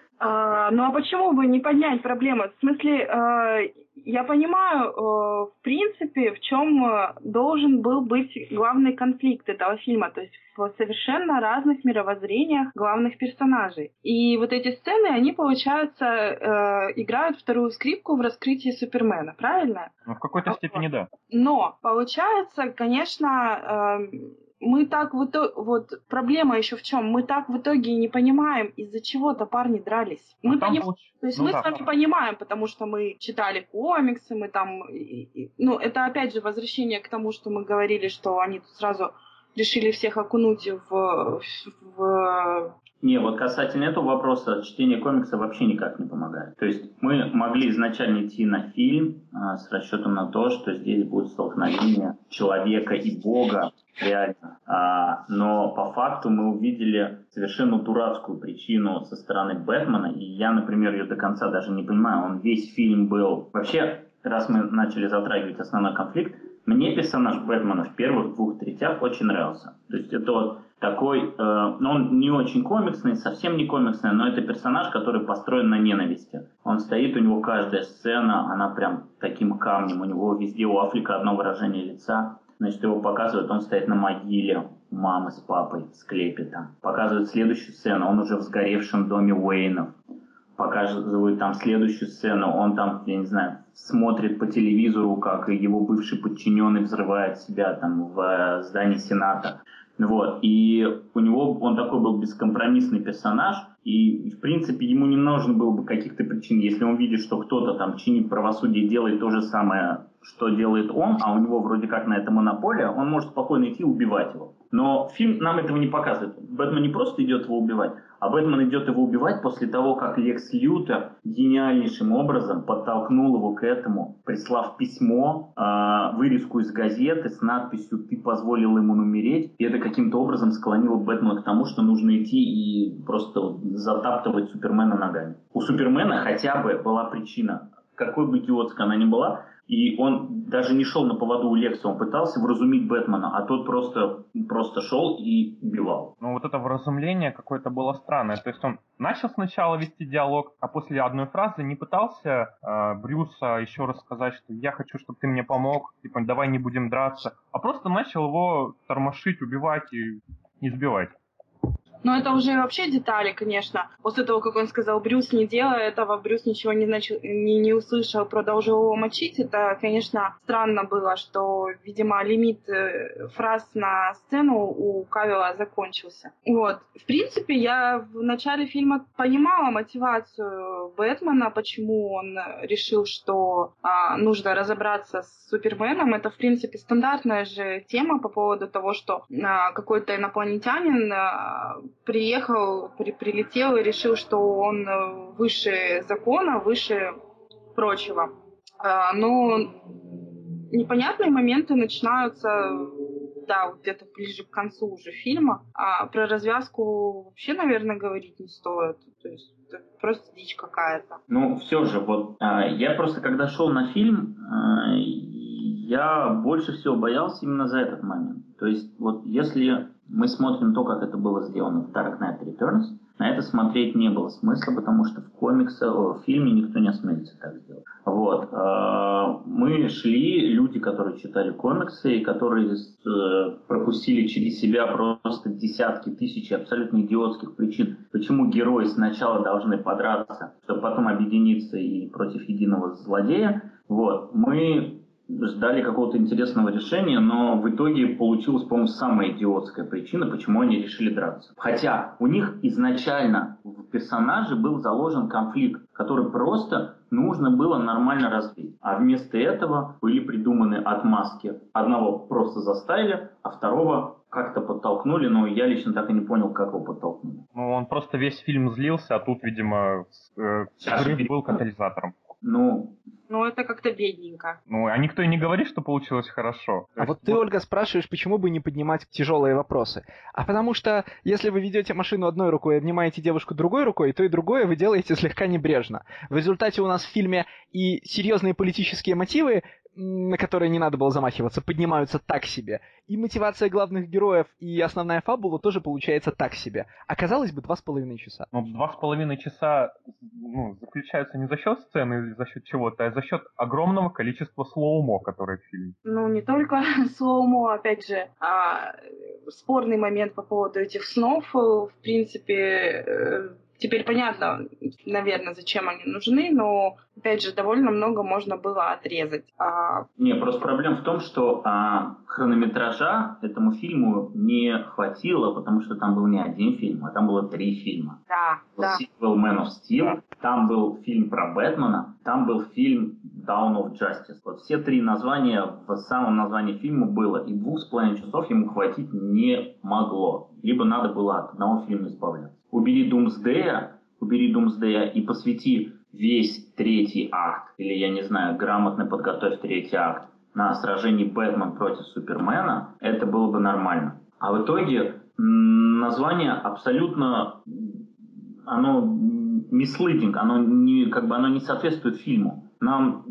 А почему бы не поднять проблемы? В смысле, я понимаю, в принципе, в чем должен был быть главный конфликт этого фильма, то есть в совершенно разных мировоззрениях главных персонажей. И вот эти сцены, они, получается, играют вторую скрипку в раскрытии Супермена, правильно? В какой-то степени да. Но, получается, конечно, мы так проблема еще в чем? Мы так в итоге не понимаем, из-за чего-то парни дрались. Мы с вами понимаем, потому что мы читали комиксы, мы там... это опять же возвращение к тому, что мы говорили, что они тут сразу решили всех окунуть в... Не, касательно этого вопроса, чтение комикса вообще никак не помогает. То есть мы могли изначально идти на фильм с расчетом на то, что здесь будет столкновение человека и бога, реально. Но по факту мы увидели совершенно дурацкую причину со стороны Бэтмена, и я, например, ее до конца даже не понимаю. Он весь фильм был... Вообще, раз мы начали затрагивать основной конфликт, мне персонаж Бэтмена в первых 2 третях очень нравился. То есть это такой, он не очень комиксный, совсем не комиксный, но это персонаж, который построен на ненависти. Он стоит, у него каждая сцена, она прям таким камнем, у него везде у Аффлека одно выражение лица. Значит, его показывают, он стоит на могиле мамы с папой в склепе там. Показывают следующую сцену, он уже в сгоревшем доме Уэйнов. Показывают там следующую сцену, он там, я не знаю, смотрит по телевизору, как его бывший подчиненный взрывает себя там в здании Сената. И у него, он такой был бескомпромиссный персонаж, и, в принципе, ему не нужно было бы каких-то причин. Если он видит, что кто-то там чинит правосудие, делает то же самое, что делает он, а у него вроде как на это монополия, он может спокойно идти и убивать его. Но фильм нам этого не показывает. Бэтмен не просто идет его убивать, а Бэтмен идет его убивать после того, как Лекс Лютер гениальнейшим образом подтолкнул его к этому, прислав письмо, вырезку из газеты с надписью «Ты позволил ему умереть». И это каким-то образом склонило Бэтмена к тому, что нужно идти и просто затаптывать Супермена ногами. У Супермена хотя бы была причина, какой бы идиотской она ни была, и он даже не шел на поводу у Лекса, он пытался вразумить Бэтмена, а тот просто шел и убивал. Это вразумление какое-то было странное. То есть он начал сначала вести диалог, а после одной фразы не пытался Брюса еще раз сказать, что я хочу, чтобы ты мне помог, типа давай не будем драться, а просто начал его тормошить, убивать и избивать. Но это уже вообще детали, конечно. После того, как он сказал, Брюс, не делай этого, Брюс ничего не услышал, продолжил его мочить. Это, конечно, странно было, что, видимо, лимит фраз на сцену у Кавилла закончился. В принципе, я в начале фильма понимала мотивацию Бэтмена, почему он решил, что нужно разобраться с Суперменом. Это, в принципе, стандартная же тема по поводу того, что какой-то инопланетянин прилетел и решил, что он выше закона, выше прочего. Но непонятные моменты начинаются да, вот где-то ближе к концу уже фильма. А про развязку вообще, наверное, говорить не стоит. То есть это просто дичь какая-то. Ну, все же, вот я просто, когда шел на фильм, я больше всего боялся именно за этот момент. То есть, вот если мы смотрим то, как это было сделано в Dark Knight Returns, на это смотреть не было смысла, потому что в фильме никто не осмелится так сделать. Вот. Мы шли, люди, которые читали комиксы, и которые пропустили через себя просто десятки, тысячи абсолютно идиотских причин, почему герои сначала должны подраться, чтобы потом объединиться и против единого злодея. Вот. Мы ждали какого-то интересного решения, но в итоге получилась, по-моему, самая идиотская причина, почему они решили драться. Хотя у них изначально в персонаже был заложен конфликт, который просто нужно было нормально развить. А вместо этого были придуманы отмазки. Одного просто заставили, а второго как-то подтолкнули, но я лично так и не понял, как его подтолкнули. Ну, он просто весь фильм злился, а тут, видимо, взрыв был катализатором. Ну, это как-то бедненько. Ну, а никто и не говорит, что получилось хорошо. А вот ты, Ольга, спрашиваешь, почему бы не поднимать тяжелые вопросы? А потому что, если вы ведете машину одной рукой и обнимаете девушку другой рукой, то и другое вы делаете слегка небрежно. В результате у нас в фильме и серьезные политические мотивы, на которые не надо было замахиваться, поднимаются так себе. И мотивация главных героев, и основная фабула тоже получается так себе. Оказалось бы 2,5 часа. Ну, 2,5 часа заключаются не за счет сцены или за счет чего-то, а за счет огромного количества слоумо, которое в фильме. Ну, не только слоумо, опять же, спорный момент по поводу этих снов, в принципе... Теперь понятно, наверное, зачем они нужны, но, опять же, довольно много можно было отрезать. Не, просто проблема в том, что хронометража этому фильму не хватило, потому что там был не один фильм, а там было 3 фильма. Да, да. Сиквел Man of Steel, там был фильм про Бэтмена, там был фильм Dawn of Justice. Вот все 3 названия в самом названии фильма было, и 2,5 часов ему хватить не могло. Либо надо было от одного фильма избавляться. Убери Думсдея и посвяти весь 3-й акт, или, я не знаю, грамотно подготовь 3-й акт на сражении Бэтмен против Супермена, это было бы нормально. А в итоге название абсолютно, оно misleading, оно не соответствует фильму. Нам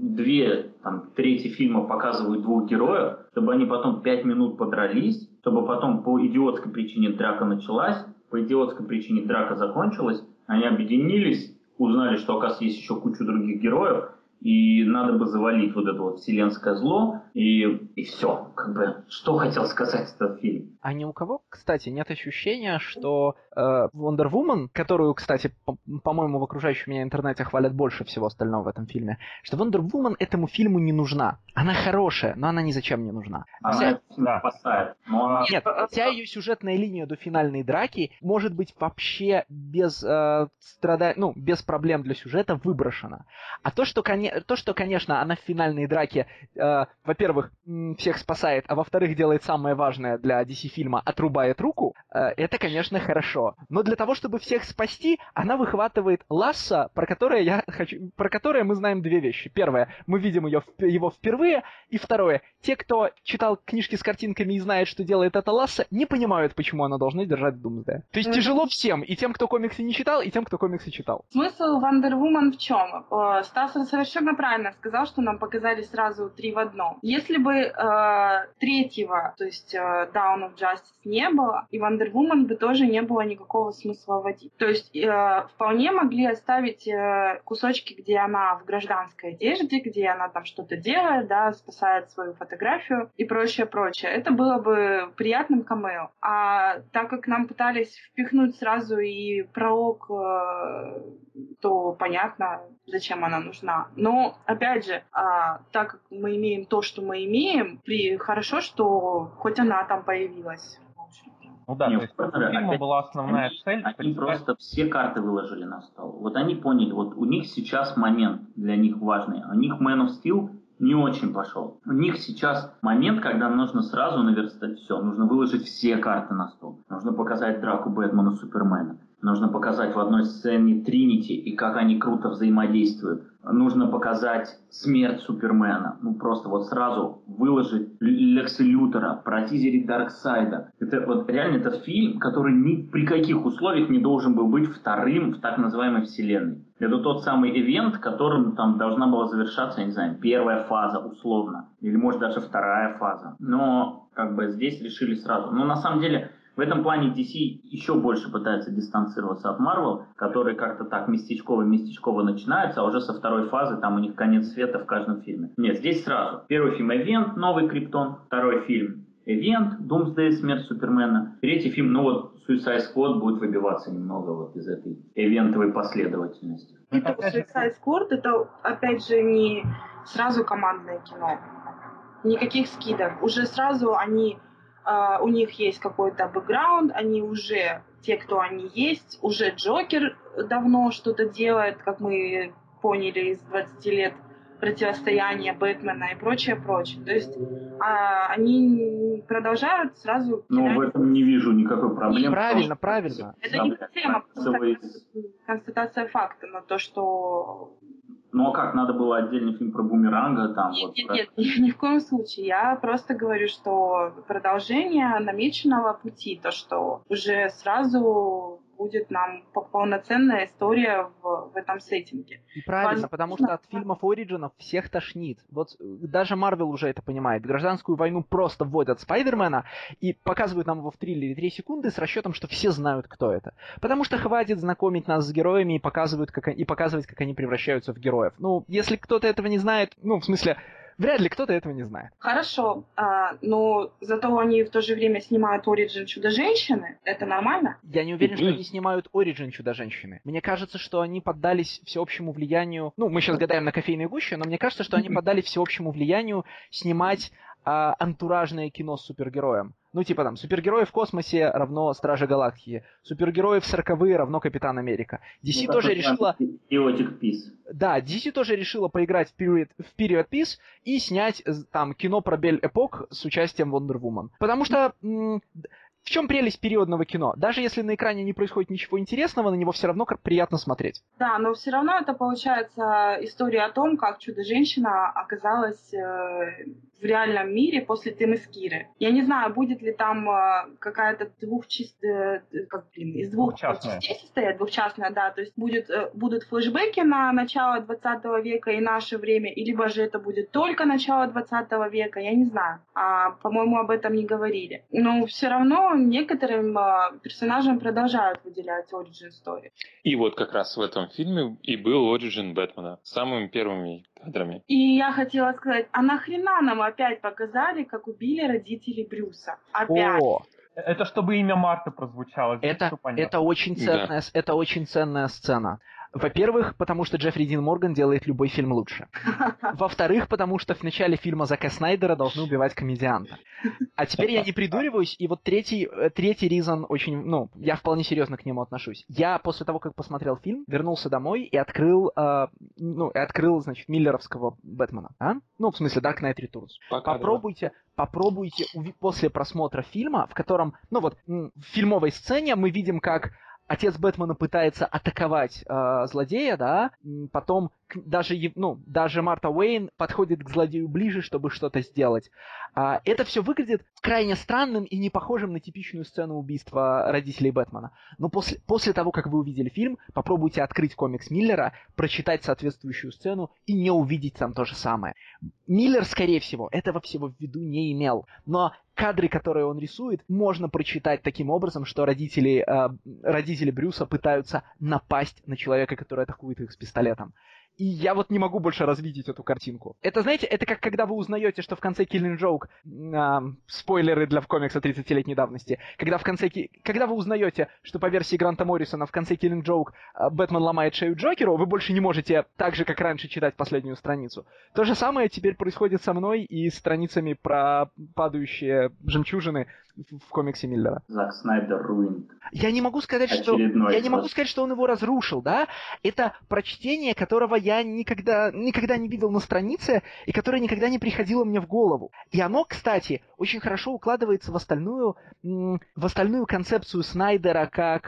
3 фильма показывают 2 героев, чтобы они потом 5 минут подрались, чтобы потом по идиотской причине драка началась, по идиотской причине драка закончилась, они объединились, узнали, что, оказывается, есть еще куча других героев, и надо бы завалить вот это вот вселенское зло, и все. Что хотел сказать этот фильм? А ни у кого, кстати, нет ощущения, что Wonder Woman, которую, кстати, по-моему, в окружающем меня интернете хвалят больше всего остального в этом фильме, что Wonder Woman этому фильму не нужна. Она хорошая, но она ни зачем не нужна. Она спасает. Нет, вся ее сюжетная линия до финальной драки может быть вообще без проблем для сюжета выброшена. А то, что, конечно, она в финальной драке, во-первых, всех спасает, а во-вторых, делает самое важное для DC-фильма, отрубает руку, это, конечно, хорошо. Но для того, чтобы всех спасти, она выхватывает лассо, про которое мы знаем 2 вещи. Первое, мы видим его впервые, и второе, те, кто читал книжки с картинками и знает, что делает это лассо, не понимают, почему она должна держать Думсдея. То есть тяжело всем, и тем, кто комиксы не читал, и тем, кто комиксы читал. Смысл Wonder Woman в чем? Стас совершенно правильно сказал, что нам показали сразу 3 в одном. Если бы 3-го, то есть Dawn of Justice не было, и Wonder Woman бы тоже не было никакого смысла вводить. То есть вполне могли оставить кусочки, где она в гражданской одежде, где она там что-то делает, да, спасает свою фотографию и прочее. Это было бы приятным камео. А так как нам пытались впихнуть сразу и пролог, то понятно, зачем она нужна. Но, опять же, так как мы имеем то, что мы имеем, хорошо, что хоть она там появилась. Ну да, то есть у фильма была основная цель. Они просто все карты выложили на стол. Вот они поняли, вот у них сейчас момент для них важный. У них Man of Steel не очень пошел. У них сейчас момент, когда нужно сразу наверстать все. Нужно выложить все карты на стол. Нужно показать драку Бэтмена, Супермена. Нужно показать в одной сцене Тринити и как они круто взаимодействуют. Нужно показать смерть Супермена. Ну, просто вот сразу выложить Лекса Лютера, протизерить Дарксайда. Это вот реально этот фильм, который ни при каких условиях не должен был быть вторым в так называемой вселенной. Это тот самый ивент, которым там должна была завершаться, я не знаю, первая фаза условно. Или может даже вторая фаза. Но как бы здесь решили сразу. Но на самом деле в этом плане DC еще больше пытается дистанцироваться от Marvel, который как-то так местечково начинается, а уже со второй фазы там у них конец света в каждом фильме. Нет, здесь сразу. Первый фильм «Эвент», новый Криптон. Второй фильм «Эвент», «Думсдей», смерть Супермена. Третий фильм, ну вот Suicide Squad будет выбиваться немного вот из этой эвентовой последовательности. Это Suicide Squad, это опять же не сразу командное кино. Никаких скидок. Уже сразу у них есть какой-то бэкграунд, они уже те, кто они есть, уже Джокер давно что-то делает, как мы поняли из 20 лет противостояния Бэтмена и прочее. То есть они продолжают сразу... Ну, в этом не вижу никакой проблемы. Правильно. Это не проблема, просто констатация факта на то, что... Ну а как, надо было отдельный фильм про Бумеранга? Там, Нет, ни в коем случае. Я просто говорю, что продолжение намеченного пути, то, что уже сразу будет нам полноценная история в этом сеттинге. И правильно, потому что от фильмов Ориджинов всех тошнит. Вот даже Марвел уже это понимает. Гражданскую войну просто вводят Спайдермена и показывают нам его в триллере 3 секунды с расчетом, что все знают, кто это. Потому что хватит знакомить нас с героями и показывать, как они превращаются в героев. Ну, если кто-то этого не знает, ну, в смысле... Вряд ли кто-то этого не знает. Хорошо, но зато они в то же время снимают Origin Чудо-женщины. Это нормально? Я не уверен, что они снимают Origin Чудо-женщины. Мне кажется, что они поддались всеобщему влиянию... Ну, мы сейчас гадаем на кофейной гуще, но мне кажется, что они поддались всеобщему влиянию снимать антуражное кино с супергероем. Ну, типа там, супергерои в космосе равно Стражи Галактики, супергерои в 40-е равно Капитан Америка. DC тоже решила... Да, DC тоже решила поиграть в Period Piece и снять там кино про Бель Эпок с участием Wonder Woman. Потому что... В чем прелесть периодного кино? Даже если на экране не происходит ничего интересного, на него все равно приятно смотреть. Да, но все равно это получается история о том, как Чудо-женщина оказалась в реальном мире после Темескиры. Я не знаю, будет ли там какая-то из двух частей состоять, двухчастная, да, то есть будут флешбеки на начало 20 века и наше время, либо же это будет только начало 20 века, я не знаю. По-моему, об этом не говорили. Но все равно некоторым персонажам продолжают выделять origin story. И вот как раз в этом фильме и был origin Бэтмена с самыми первыми кадрами. И я хотела сказать, а нахрена нам опять показали, как убили родителей Брюса? Опять. Это чтобы имя Марты прозвучало. Это очень ценная сцена. Во-первых, потому что Джеффри Дин Морган делает любой фильм лучше. Во-вторых, потому что в начале фильма Зака Снайдера должны убивать комедианта. А теперь я не придуриваюсь, и вот третий reason очень... Ну, я вполне серьезно к нему отношусь. Я после того, как посмотрел фильм, вернулся домой и открыл, значит, миллеровского Бэтмена. Ну, в смысле, Dark Knight Returns. Попробуйте после просмотра фильма, в котором, ну вот, в фильмовой сцене мы видим, как отец Бэтмена пытается атаковать злодея, да, потом даже Марта Уэйн подходит к злодею ближе, чтобы что-то сделать. Это все выглядит крайне странным и не похожим на типичную сцену убийства родителей Бэтмена. Но после того, как вы увидели фильм, попробуйте открыть комикс Миллера, прочитать соответствующую сцену и не увидеть там то же самое. Миллер, скорее всего, этого всего в виду не имел. Но кадры, которые он рисует, можно прочитать таким образом, что родители Брюса пытаются напасть на человека, который атакует их с пистолетом. И я вот не могу больше развидеть эту картинку. Это, знаете, это как когда вы узнаете, что в конце Killing Joke, спойлеры для комикса 30-летней давности, когда вы узнаете, что по версии Гранта Моррисона в конце Killing Joke Бэтмен ломает шею Джокеру, вы больше не можете так же, как раньше, читать последнюю страницу. То же самое теперь происходит со мной и с страницами про падающие жемчужины в комиксе Миллера. Зак Снайдер руинed. Я не могу сказать, что он его разрушил, да? Это прочтение, которого я никогда не видел на странице и которое никогда не приходило мне в голову. И оно, кстати, очень хорошо укладывается в остальную концепцию Снайдера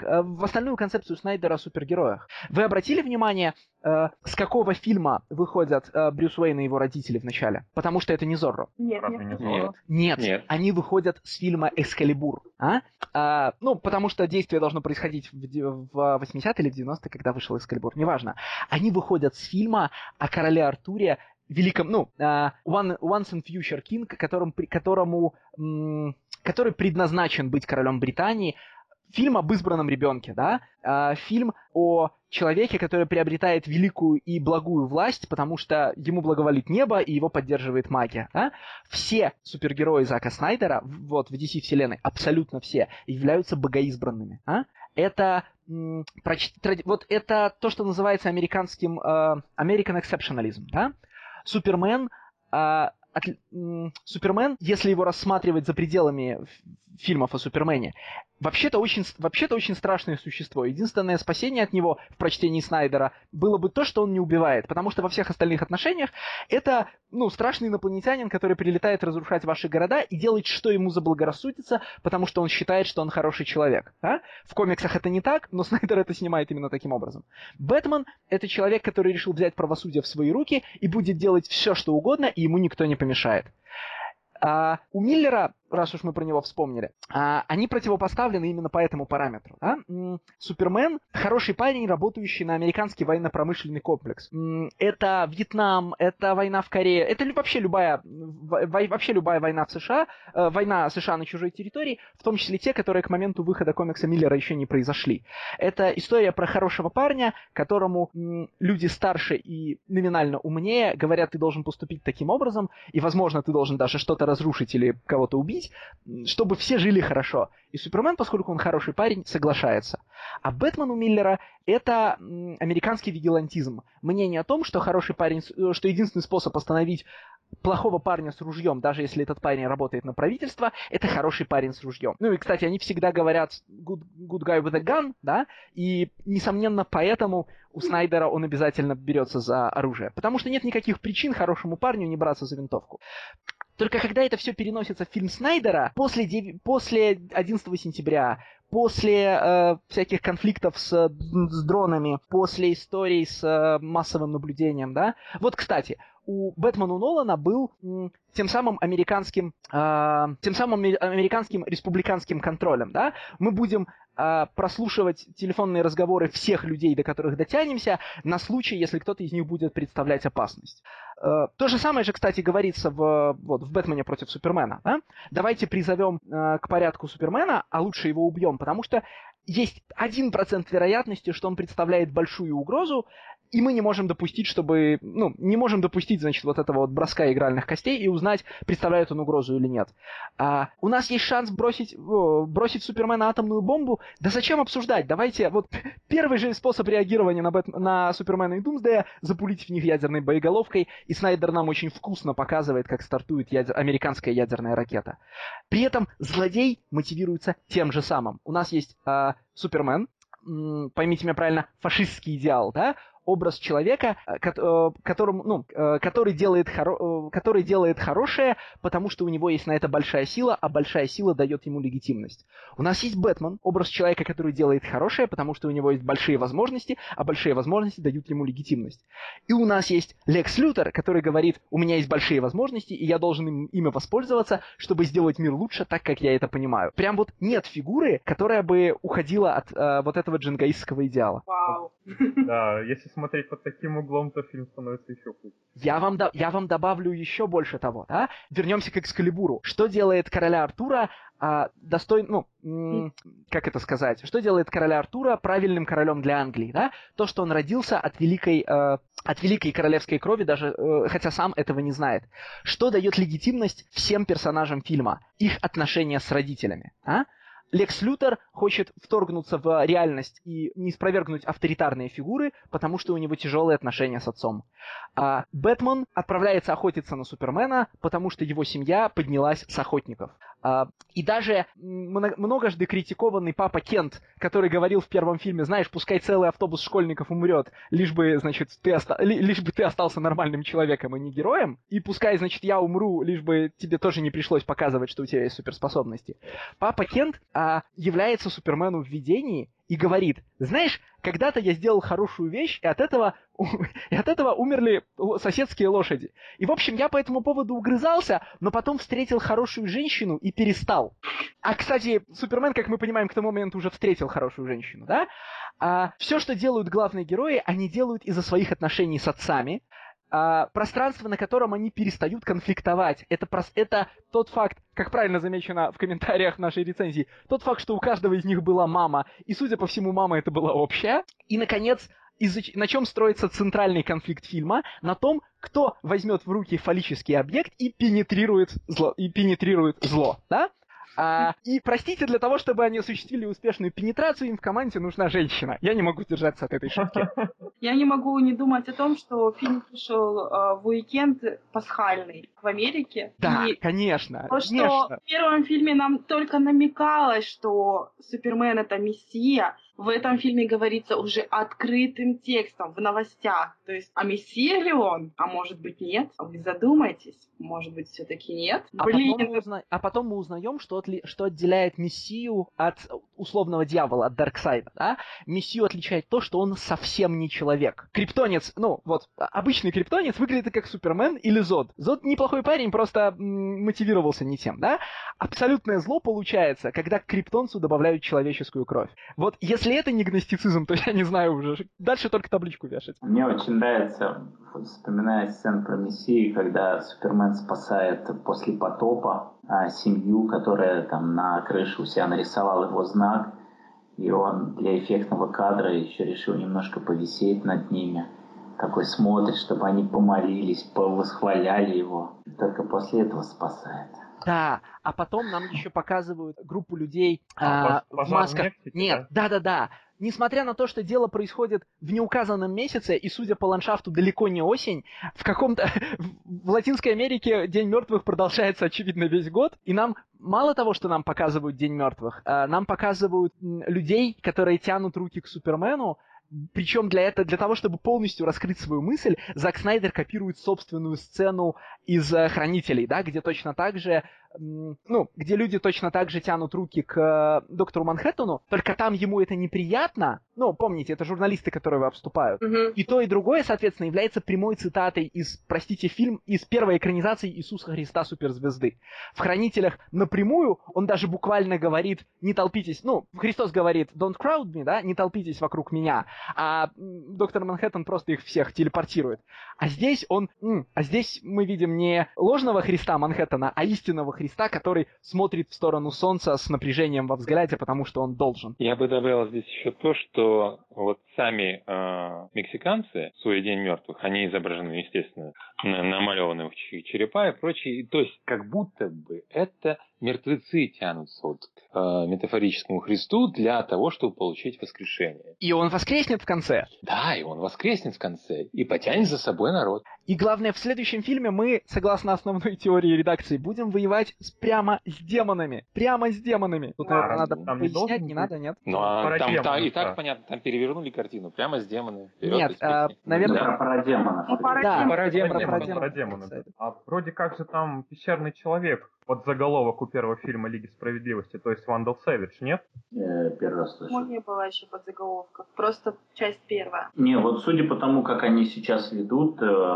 о супергероях. Вы обратили внимание, с какого фильма выходят Брюс Уэйн и его родители в начале? Потому что это не Зорро. Нет. Они выходят с фильма «Экскалибур». Потому что действие должно происходить в 80-е или в 90-е, когда вышел «Экскалибур», неважно. Они выходят с фильма о короле Артуре, великом, Once and Future King, который предназначен быть королем Британии. Фильм об избранном ребенке, да? Фильм о человеке, который приобретает великую и благую власть, потому что ему благоволит небо и его поддерживает магия. Да? Все супергерои Зака Снайдера в DC-вселенной, абсолютно все, являются богоизбранными. Это то, что называется американским American Exceptionalism. Да? Супермен, если его рассматривать за пределами фильмов о Супермене, вообще-то очень страшное существо. Единственное спасение от него в прочтении Снайдера было бы то, что он не убивает, потому что во всех остальных отношениях это, страшный инопланетянин, который прилетает разрушать ваши города и делает, что ему заблагорассудится, потому что он считает, что он хороший человек. Да? В комиксах это не так, но Снайдер это снимает именно таким образом. Бэтмен — это человек, который решил взять правосудие в свои руки и будет делать все, что угодно, и ему никто не помешает. У Миллера, раз уж мы про него вспомнили, они противопоставлены именно по этому параметру. Да? Супермен – хороший парень, работающий на американский военно-промышленный комплекс. Это Вьетнам, это война в Корее, это вообще любая война в США, война США на чужой территории, в том числе те, которые к моменту выхода комикса Миллера еще не произошли. Это история про хорошего парня, которому люди старше и номинально умнее говорят, ты должен поступить таким образом, и, возможно, ты должен даже что-то разрушить или кого-то убить, чтобы все жили хорошо. И Супермен, поскольку он хороший парень, соглашается. А Бэтмен у Миллера — это американский вигилантизм. Мнение о том, что хороший парень, что единственный способ остановить плохого парня с ружьем, даже если этот парень работает на правительство, это хороший парень с ружьем. И, кстати, они всегда говорят good guy with a gun, да, и, несомненно, поэтому у Снайдера он обязательно берется за оружие. Потому что нет никаких причин хорошему парню не браться за винтовку. Только когда это все переносится в фильм Снайдера, после 11 сентября, после всяких конфликтов с дронами, после историй с массовым наблюдением, да. Вот, кстати, у Бэтмена Нолана был тем самым американским республиканским контролем, да. Мы будем прослушивать телефонные разговоры всех людей, до которых дотянемся, на случай, если кто-то из них будет представлять опасность. То же самое же, кстати, говорится в «Бэтмене против Супермена». Да? Давайте призовем к порядку Супермена, а лучше его убьем, потому что есть 1% вероятности, что он представляет большую угрозу, и мы не можем допустить, значит, вот этого вот броска игральных костей и узнать, представляет он угрозу или нет. У нас есть шанс бросить в Супермена атомную бомбу. Да зачем обсуждать? Давайте, вот первый же способ реагирования на Супермена и Думсдея — запулить в них ядерной боеголовкой, и Снайдер нам очень вкусно показывает, как стартует американская ядерная ракета. При этом злодей мотивируется тем же самым. У нас есть Супермен, поймите меня правильно, фашистский идеал, да? Образ человека, который делает хорошее, потому что у него есть на это большая сила, а большая сила дает ему легитимность. У нас есть Бэтмен, образ человека, который делает хорошее, потому что у него есть большие возможности, а большие возможности дают ему легитимность. И у нас есть Лекс Лютер, который говорит, у меня есть большие возможности, и я должен ими воспользоваться, чтобы сделать мир лучше, так, как я это понимаю. Прям вот нет фигуры, которая бы уходила от вот этого джингаистского идеала. Вау. Да, если смотреть под таким углом, то фильм становится еще хуже. Я вам добавлю еще больше того, да? Вернемся к Экскалибуру. Что делает короля Артура как это сказать? Что делает короля Артура правильным королем для Англии, да? То, что он родился от великой королевской крови, даже хотя сам этого не знает. Что дает легитимность всем персонажам фильма? Их отношения с родителями, а? Лекс Лютер хочет вторгнуться в реальность и не спровергнуть авторитарные фигуры, потому что у него тяжелые отношения с отцом. А Бэтмен отправляется охотиться на Супермена, потому что его семья поднялась с охотников. И даже многожды критикованный папа Кент, который говорил в первом фильме, знаешь, пускай целый автобус школьников умрет, лишь бы, значит, ты остался нормальным человеком, а не героем, и пускай, значит, я умру, лишь бы тебе тоже не пришлось показывать, что у тебя есть суперспособности. Папа Кент является Супермену в видении и говорит: знаешь, когда-то я сделал хорошую вещь, и от этого умерли соседские лошади. И, в общем, я по этому поводу угрызался, но потом встретил хорошую женщину и перестал. А, кстати, Супермен, как мы понимаем, к тому моменту уже встретил хорошую женщину, да? Все, что делают главные герои, они делают из-за своих отношений с отцами. Пространство, на котором они перестают конфликтовать. Это тот факт, как правильно замечено в комментариях нашей рецензии, тот факт, что у каждого из них была мама, и, судя по всему, мама это была общая. И, наконец, на чем строится центральный конфликт фильма? На том, кто возьмет в руки фаллический объект и пенетрирует зло, да? И, простите, для того, чтобы они осуществили успешную пенетрацию, им в команде нужна женщина. Я не могу держаться от этой шутки. Я не могу не думать о том, что фильм вышел в уикенд пасхальный в Америке. Да, и конечно. То, что в первом фильме нам только намекалось, что Супермен — это мессия, в этом фильме говорится уже открытым текстом в новостях. То есть, а мессия ли он? А может быть нет? А вы задумайтесь. Может быть, все-таки нет? А потом мы узнаем, что отделяет мессию от условного дьявола, от Дарксайда. Да? Мессию отличает то, что он совсем не человек. Криптонец, обычный криптонец выглядит как Супермен или Зод. Зод неплохой парень, просто мотивировался не тем. Да? Абсолютное зло получается, когда к криптонцу добавляют человеческую кровь. Вот если это не гностицизм, то я не знаю уже. Дальше только табличку вешать. Мне очень нравится, вспоминая сцену про Мессию, когда Супермен спасает после потопа семью, которая там на крыше у себя нарисовал его знак, и он для эффектного кадра еще решил немножко повисеть над ними. Такой смотрит, чтобы они помолились, повосхваляли его. И только после этого спасает. Да, а потом нам еще показывают группу людей в масках. Нет, да. Несмотря на то, что дело происходит в неуказанном месяце, и, судя по ландшафту, далеко не осень, в Латинской Америке День мертвых продолжается, очевидно, весь год, и нам мало того, что нам показывают День мертвых, нам показывают людей, которые тянут руки к Супермену. Причем для того, чтобы полностью раскрыть свою мысль, Зак Снайдер копирует собственную сцену из «Хранителей», да, где точно так же, где люди точно так же тянут руки к доктору Манхэттену, только там ему это неприятно. Помните, это журналисты, которые его обступают. Mm-hmm. И то, и другое, соответственно, является прямой цитатой из первой экранизации Иисуса Христа Суперзвезды. В «Хранителях» напрямую он даже буквально говорит: не толпитесь, Христос говорит «don't crowd me», да, не толпитесь вокруг меня, а доктор Манхэттен просто их всех телепортирует. А здесь мы видим не ложного Христа Манхэттена, а истинного Христа, который смотрит в сторону солнца с напряжением во взгляде, потому что он должен. Я бы добавил здесь еще то, что вот сами мексиканцы в свой День мертвых, они изображены, естественно, намалеваны в черепа и прочее. То есть, как будто бы это мертвецы тянутся к метафорическому Христу для того, чтобы получить воскрешение. И он воскреснет в конце. Да, и он воскреснет в конце. И потянет за собой народ. И главное, в следующем фильме мы, согласно основной теории редакции, будем воевать прямо с демонами. Прямо с демонами. Тут, наверное, надо пояснять, не надо, нет? Там и так понятно, там перевернули картину. Прямо с демонами. Нет, наверное... Про демонов. Про демонов. А вроде как же там пещерный человек. Вот заголовок у первого фильма «Лиги справедливости», то есть Вандал Сэвидж, нет? Первый раз слышу. Не было еще подзаголовка, просто часть первая. Не, вот судя по тому, как они сейчас ведут,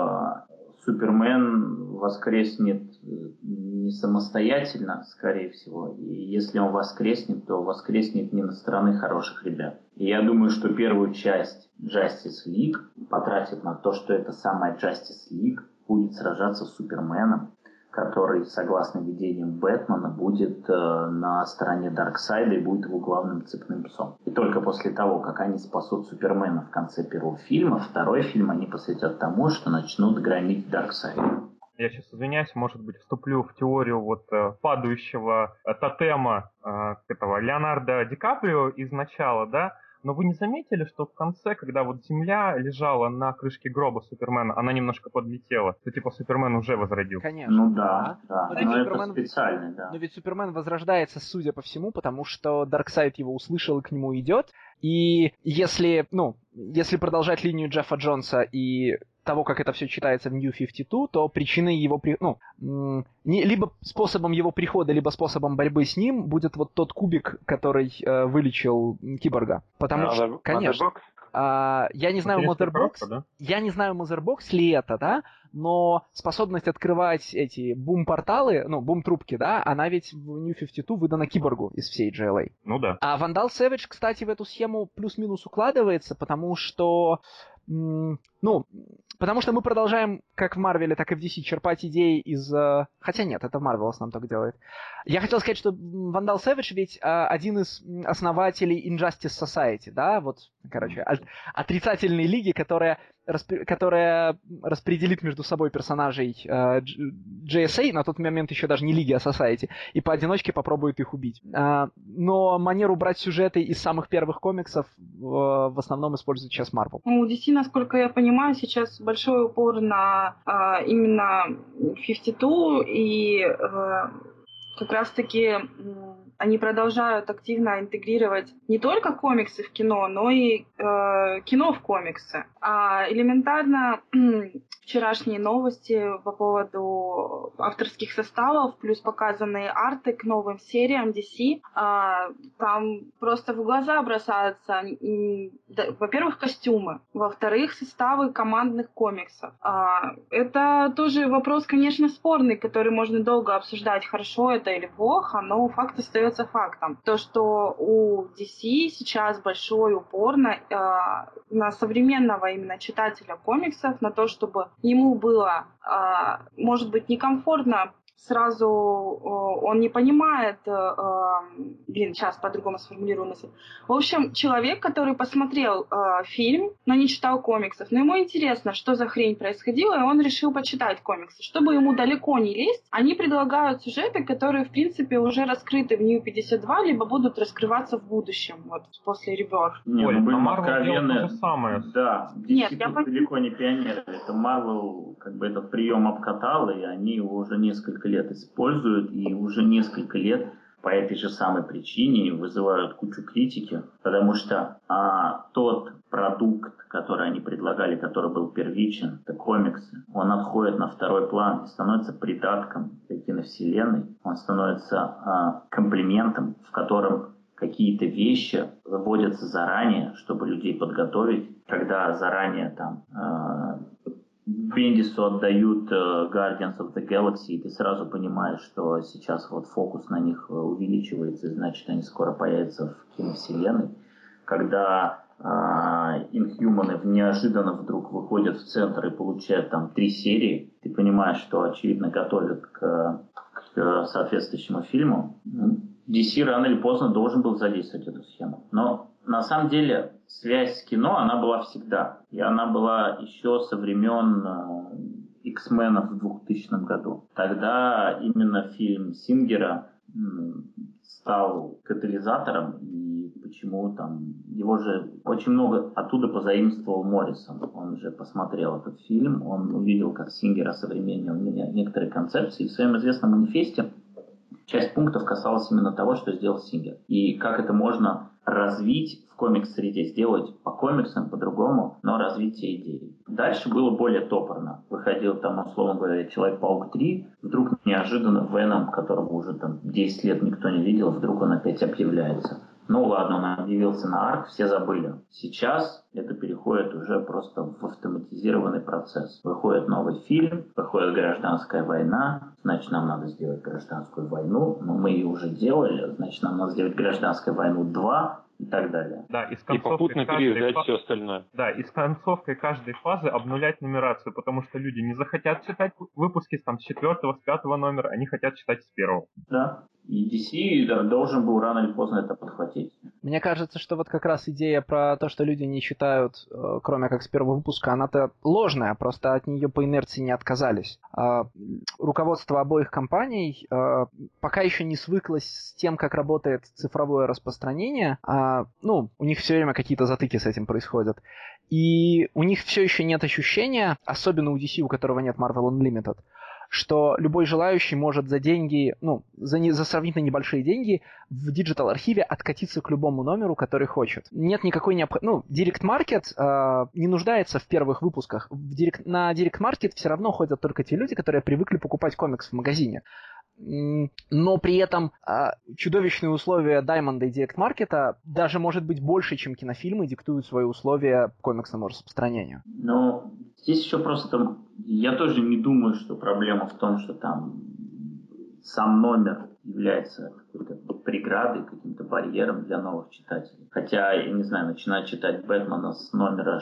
Супермен воскреснет не самостоятельно, скорее всего. И если он воскреснет, то воскреснет не на стороны хороших ребят. И я думаю, что первую часть Justice League потратит на то, что это самая Justice League будет сражаться с Суперменом, который, согласно видениям Бэтмена, будет на стороне Дарксайда и будет его главным цепным псом. И только после того, как они спасут Супермена в конце первого фильма, второй фильм они посвятят тому, что начнут громить Дарксайда. Я сейчас извиняюсь, может быть, вступлю в теорию падающего тотема этого Леонардо Ди Каприо из начала, да? но вы не заметили, что в конце, когда вот Земля лежала на крышке гроба Супермена, она немножко подлетела, то типа Супермен уже возродился? Конечно. Ну да. Но Супермен... это специально, да. Но ведь Супермен возрождается, судя по всему, потому что Дарксайд его услышал и к нему идет. И если продолжать линию Джеффа Джонса и того, как это все читается в New 52, то причиной его... либо способом его прихода, либо способом борьбы с ним будет вот тот кубик, который вылечил Киборга. Потому что, конечно... Я не знаю, Motherbox ли это, да, но способность открывать эти бум-порталы, бум-трубки, да, она ведь в New 52 выдана Киборгу из всей JLA. Ну да. А Вандал Сэвидж, кстати, в эту схему плюс-минус укладывается, потому что мы продолжаем как в Марвеле, так и в DC черпать идеи из... Хотя нет, это Marvel в основном только делает. Я хотел сказать, что Вандал Сэвидж ведь один из основателей Injustice Society, да, отрицательной лиги, которая распределит между собой персонажей JSA, на тот момент еще даже не лиги, а Society, и поодиночке попробует их убить. Но манеру брать сюжеты из самых первых комиксов в основном использует сейчас Marvel. У DC, насколько я понимаю, сейчас большой упор на именно 52, и как раз-таки они продолжают активно интегрировать не только комиксы в кино, но и кино в комиксы. Элементарно вчерашние новости по поводу авторских составов, плюс показанные арты к новым сериям DC, там просто в глаза бросаются, во-первых, костюмы, во-вторых, составы командных комиксов. Это тоже вопрос, конечно, спорный, который можно долго обсуждать, хорошо это или плохо, но факт остается фактом. То, что у DC сейчас большой упор на современного именно читателя комиксов, на то, чтобы ему было, может быть, некомфортно, сразу он не понимает, сейчас по-другому сформулирую мысль. В общем, человек, который посмотрел фильм, но не читал комиксов, но ему интересно, что за хрень происходила, и он решил почитать комиксы. Чтобы ему далеко не лезть, они предлагают сюжеты, которые, в принципе, уже раскрыты в New 52, либо будут раскрываться в будущем, после Rebirth. Нет, будем откровенны. То же самое. Да, DC далеко не пионеры. Это Marvel, этот прием обкатал, и они его уже несколько лет используют, и уже несколько лет по этой же самой причине вызывают кучу критики, потому что тот продукт, который они предлагали, который был первичен, это комиксы, он отходит на второй план и становится придатком для киновселенной, он становится комплиментом, в котором какие-то вещи выводятся заранее, чтобы людей подготовить, когда заранее Бендису отдают Guardians of the Galaxy, и ты сразу понимаешь, что сейчас фокус на них увеличивается, и значит, они скоро появятся в киновселенной. Когда Inhumans неожиданно вдруг выходят в центр и получают 3 серии, ты понимаешь, что, очевидно, готовят к соответствующему фильму. DC рано или поздно должен был задействовать эту схему. Но на самом деле связь с кино, она была всегда. И она была еще со времен X-менов в 2000 году. Тогда именно фильм Сингера стал катализатором, и почему его же очень много оттуда позаимствовал Моррисон. Он же посмотрел этот фильм, он увидел, как Сингер осовременил некоторые концепции. И в своем известном манифесте часть пунктов касалась именно того, что сделал Сингер. И как это можно развить в комикс-среде, сделать по комиксам по-другому, но развитие идеи. Дальше было более топорно. Выходил условно говоря, Человек-паук 3, вдруг неожиданно Веном, которого уже 10 лет никто не видел, вдруг он опять объявляется. Ну ладно, он объявился на арк, все забыли. Сейчас это переходит уже просто в автоматизированный процесс. Выходит новый фильм, выходит «Гражданская война», значит, нам надо сделать «Гражданскую войну», но мы ее уже делали, значит, нам надо сделать «Гражданскую войну 2», и так далее. Да, и попутно переиздать все остальное. Да, и с концовкой каждой фазы обнулять нумерацию, потому что люди не захотят читать выпуски с 4-го, с 5-го номера, они хотят читать с 1-го. Да. И DC должен был рано или поздно это подхватить. Мне кажется, что вот как раз идея про то, что люди не читают, кроме как с первого выпуска, она-то ложная, просто от нее по инерции не отказались. Руководство обоих компаний пока еще не свыклось с тем, как работает цифровое распространение. У них все время какие-то затыки с этим происходят. И у них все еще нет ощущения, особенно у DC, у которого нет Marvel Unlimited, что любой желающий может за деньги, за сравнительно небольшие деньги в диджитал-архиве откатиться к любому номеру, который хочет. Нет никакой необходимости. Direct Market не нуждается в первых выпусках. На Direct Market все равно ходят только те люди, которые привыкли покупать комикс в магазине. Но при этом чудовищные условия Diamond и Direct Market даже, может быть, больше, чем кинофильмы, диктуют свои условия комиксному распространению. Но здесь еще просто... Я тоже не думаю, что проблема в том, что там сам номер является какой-то преградой, каким-то барьером для новых читателей. Хотя, я не знаю, начинать читать Бэтмена с номера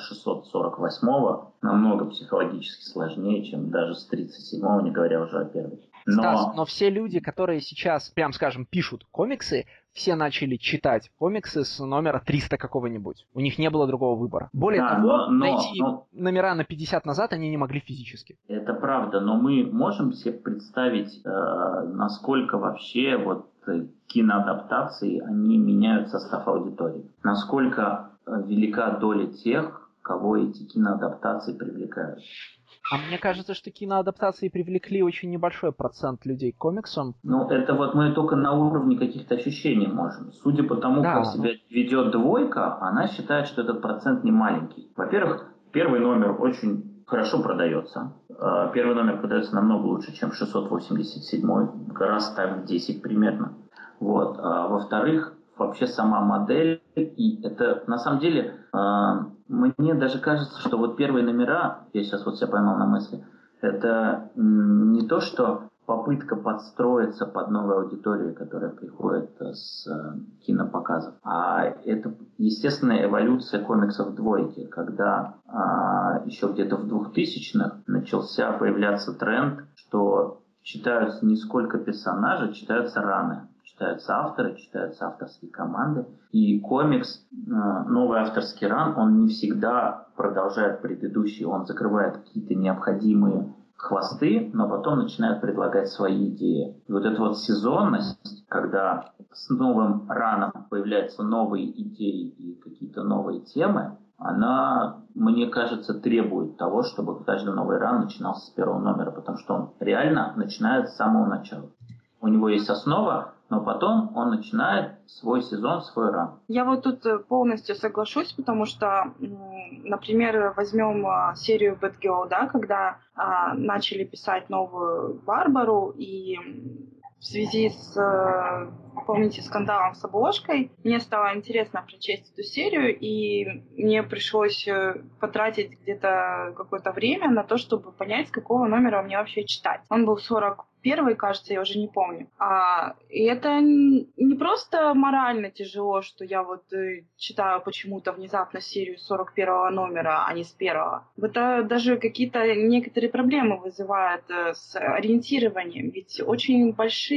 648-го намного психологически сложнее, чем даже с 37-го, не говоря уже о первой. Но все люди, которые сейчас, прям скажем, пишут комиксы, все начали читать комиксы с номера 300 какого-нибудь. У них не было другого выбора. Более того, найти номера на 50 назад они не могли физически. Это правда, но мы можем себе представить, насколько вообще вот киноадаптации, они меняют состав аудитории. Насколько велика доля тех, кого эти киноадаптации привлекают. А мне кажется, что киноадаптации привлекли очень небольшой процент людей к комиксам. Это вот мы только на уровне каких-то ощущений можем. Судя по тому, как себя ведет двойка, она считает, что этот процент не маленький. Во-первых, первый номер очень хорошо продается. Первый номер продается намного лучше, чем 687-й. Раз так в 10 примерно. Вот. Во-вторых, вообще сама модель, и это на самом деле... Мне даже кажется, что вот первые номера, я сейчас вот себя поймал на мысли, это не то, что попытка подстроиться под новую аудиторию, которая приходит с кинопоказов, а это естественная эволюция комиксов двойки, когда еще где-то в 2000-х начался появляться тренд, что читаются не сколько персонажей, читаются раны. Читаются авторы, читаются авторские команды. И комикс, новый авторский ран, он не всегда продолжает предыдущий. Он закрывает какие-то необходимые хвосты, но потом начинает предлагать свои идеи. И вот эта вот сезонность, когда с новым раном появляются новые идеи и какие-то новые темы, она, мне кажется, требует того, чтобы каждый новый ран начинался с первого номера, потому что он реально начинает с самого начала. У него есть основа, но потом он начинает свой сезон, свой ран. Я вот тут полностью соглашусь, потому что, например, возьмем серию Bad Girl, да, когда начали писать новую Барбару, и в связи с, помните, скандалом с обложкой, мне стало интересно прочесть эту серию, и мне пришлось потратить где-то какое-то время на то, чтобы понять, с какого номера мне вообще читать. Он был 41-й, кажется, я уже не помню. И это не просто морально тяжело, что я вот читаю почему-то внезапно серию 41-го номера, а не с 1-го. Это даже какие-то некоторые проблемы вызывает с ориентированием, ведь очень большие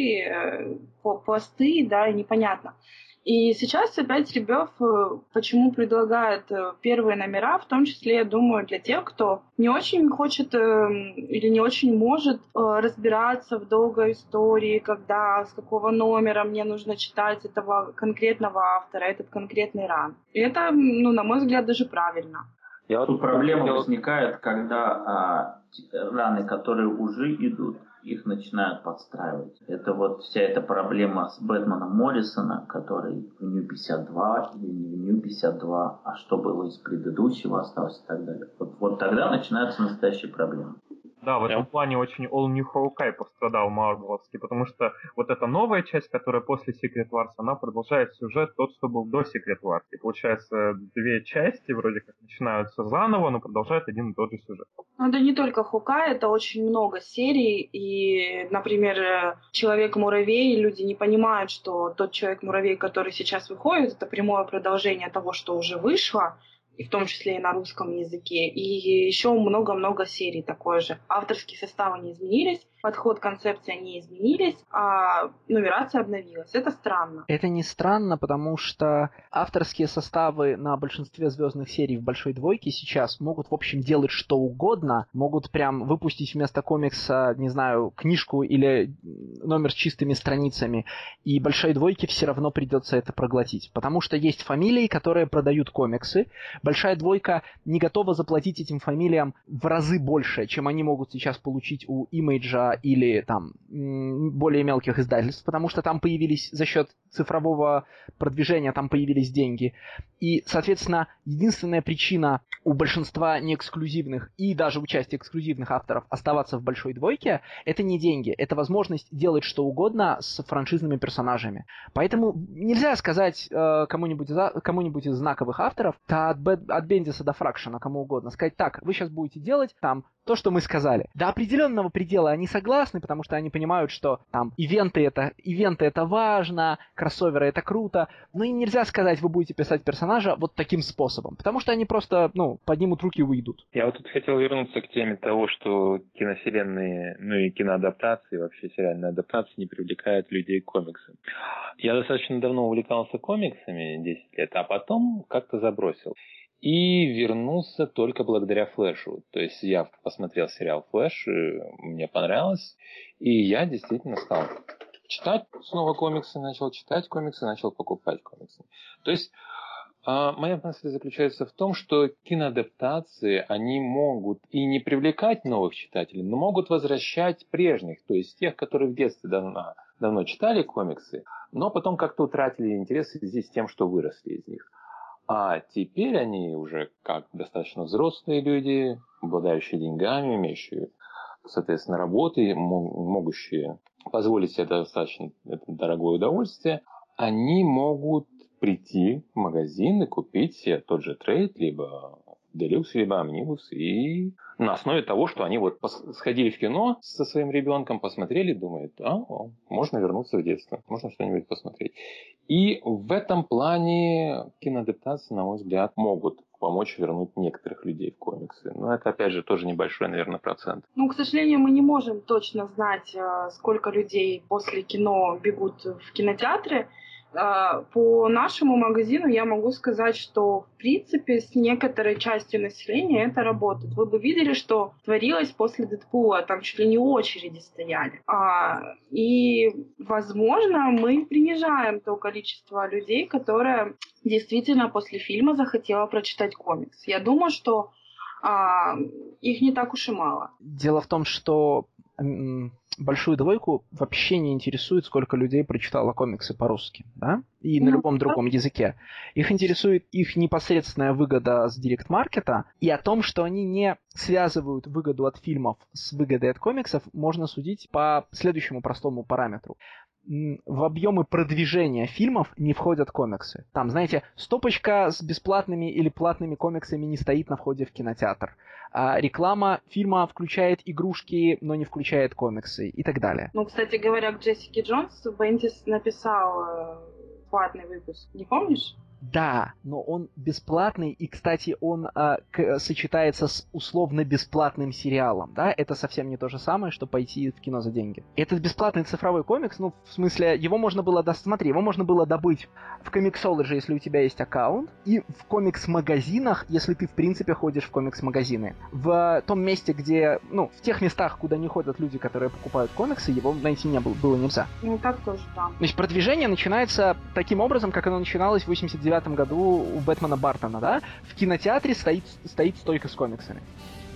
пласты, да, и непонятно. И сейчас опять Ребёв почему предлагает первые номера, в том числе, я думаю, для тех, кто не очень хочет или не очень может разбираться в долгой истории, когда, с какого номера мне нужно читать этого конкретного автора, этот конкретный ран. И это, на мой взгляд, даже правильно. Тут проблема возникает, когда раны, которые уже идут, их начинают подстраивать. Это вот вся эта проблема с Бэтменом Моррисона, который в New 52 или не в New 52, а что было из предыдущего осталось и так далее. Вот тогда начинаются настоящие проблемы. Да, в этом плане очень All New Hawkeye пострадал марвеловский, потому что вот эта новая часть, которая после Secret Wars, она продолжает сюжет тот, что был до Secret Wars. И получается, две части вроде как начинаются заново, но продолжают один и тот же сюжет. Это не только Hawkeye, это очень много серий, и, например, Человек-муравей, люди не понимают, что тот Человек-муравей, который сейчас выходит, это прямое продолжение того, что уже вышло. и в том числе и на русском языке. И еще много-много серий такой же. Авторские составы не изменились, подход, концепция не изменились, а нумерация обновилась. Это странно. Это не странно, потому что авторские составы на большинстве звездных серий в «Большой двойке» сейчас могут, в общем, делать что угодно, могут прям выпустить вместо комикса, не знаю, книжку или номер с чистыми страницами, и «Большой двойке» все равно придется это проглотить, потому что есть фамилии, которые продают комиксы. «Большая двойка» не готова заплатить этим фамилиям в разы больше, чем они могут сейчас получить у Имейджа или там более мелких издательств, потому что там появились за счет цифрового продвижения, там появились деньги. И, соответственно, единственная причина у большинства неэксклюзивных и даже у части эксклюзивных авторов оставаться в «Большой двойке» — это не деньги, это возможность делать что угодно с франшизными персонажами. Поэтому нельзя сказать кому-нибудь из знаковых авторов, от Бендиса до Фракшена, кому угодно, сказать: так, вы сейчас будете делать там то, что мы сказали. До определенного предела они согласны, потому что они понимают, что там ивенты это важно, кроссоверы это круто, но им нельзя сказать: вы будете писать персонажа вот таким способом, потому что они просто, поднимут руки и уйдут. Я вот тут хотел вернуться к теме того, что киновселенные, и киноадаптации, вообще сериальные адаптации не привлекают людей к комиксам. Я достаточно давно увлекался комиксами, 10 лет, а потом как-то забросил. И вернулся только благодаря Флэшу. То есть я посмотрел сериал «Флэш», мне понравилось, и я действительно стал читать снова комиксы, начал читать комиксы, начал покупать комиксы. То есть моя мысль заключается в том, что киноадаптации, они могут и не привлекать новых читателей, но могут возвращать прежних, то есть тех, которые в детстве давно читали комиксы, но потом как-то утратили интерес в связи с тем, что выросли из них. А теперь они уже как достаточно взрослые люди, обладающие деньгами, имеющие, соответственно, работы, могущие позволить себе достаточно дорогое удовольствие, они могут прийти в магазин и купить себе тот же трейд, либо делюкс, либо омнибус, и на основе того, что они сходили в кино со своим ребенком, посмотрели, думают: можно вернуться в детство, можно что-нибудь посмотреть. И в этом плане киноадаптации, на мой взгляд, могут помочь вернуть некоторых людей в комиксы. Но это, опять же, тоже небольшой, наверное, процент. К сожалению, мы не можем точно знать, сколько людей после кино бегут в кинотеатры. По нашему магазину я могу сказать, что в принципе с некоторой частью населения это работает. Вы бы видели, что творилось после Дэдпула, там чуть ли не очереди стояли. И, возможно, мы принижаем то количество людей, которое действительно после фильма захотело прочитать комикс. Я думаю, что их не так уж и мало. Дело в том, что «Большую двойку» вообще не интересует, сколько людей прочитало комиксы по-русски, да? И на любом другом языке. Их интересует их непосредственная выгода с директ-маркета, и о том, что они не связывают выгоду от фильмов с выгодой от комиксов, можно судить по следующему простому параметру. В объемы продвижения фильмов не входят комиксы. Там, знаете, стопочка с бесплатными или платными комиксами не стоит на входе в кинотеатр. А реклама фильма включает игрушки, но не включает комиксы и так далее. Кстати говоря, к Джессике Джонс Бендис написал платный выпуск. Не помнишь? Да, но он бесплатный, и, кстати, он сочетается с условно-бесплатным сериалом, да? Это совсем не то же самое, что пойти в кино за деньги. Этот бесплатный цифровой комикс, в смысле, его можно было добыть в Comixology, если у тебя есть аккаунт, и в комикс-магазинах, если ты, в принципе, ходишь в комикс-магазины. В том месте, где, в тех местах, куда не ходят люди, которые покупают комиксы, его найти было нельзя. Так тоже, да. Значит, продвижение начинается таким образом, как оно начиналось в 1989 году у Бэтмена Бартона, да? В кинотеатре стоит стойка с комиксами.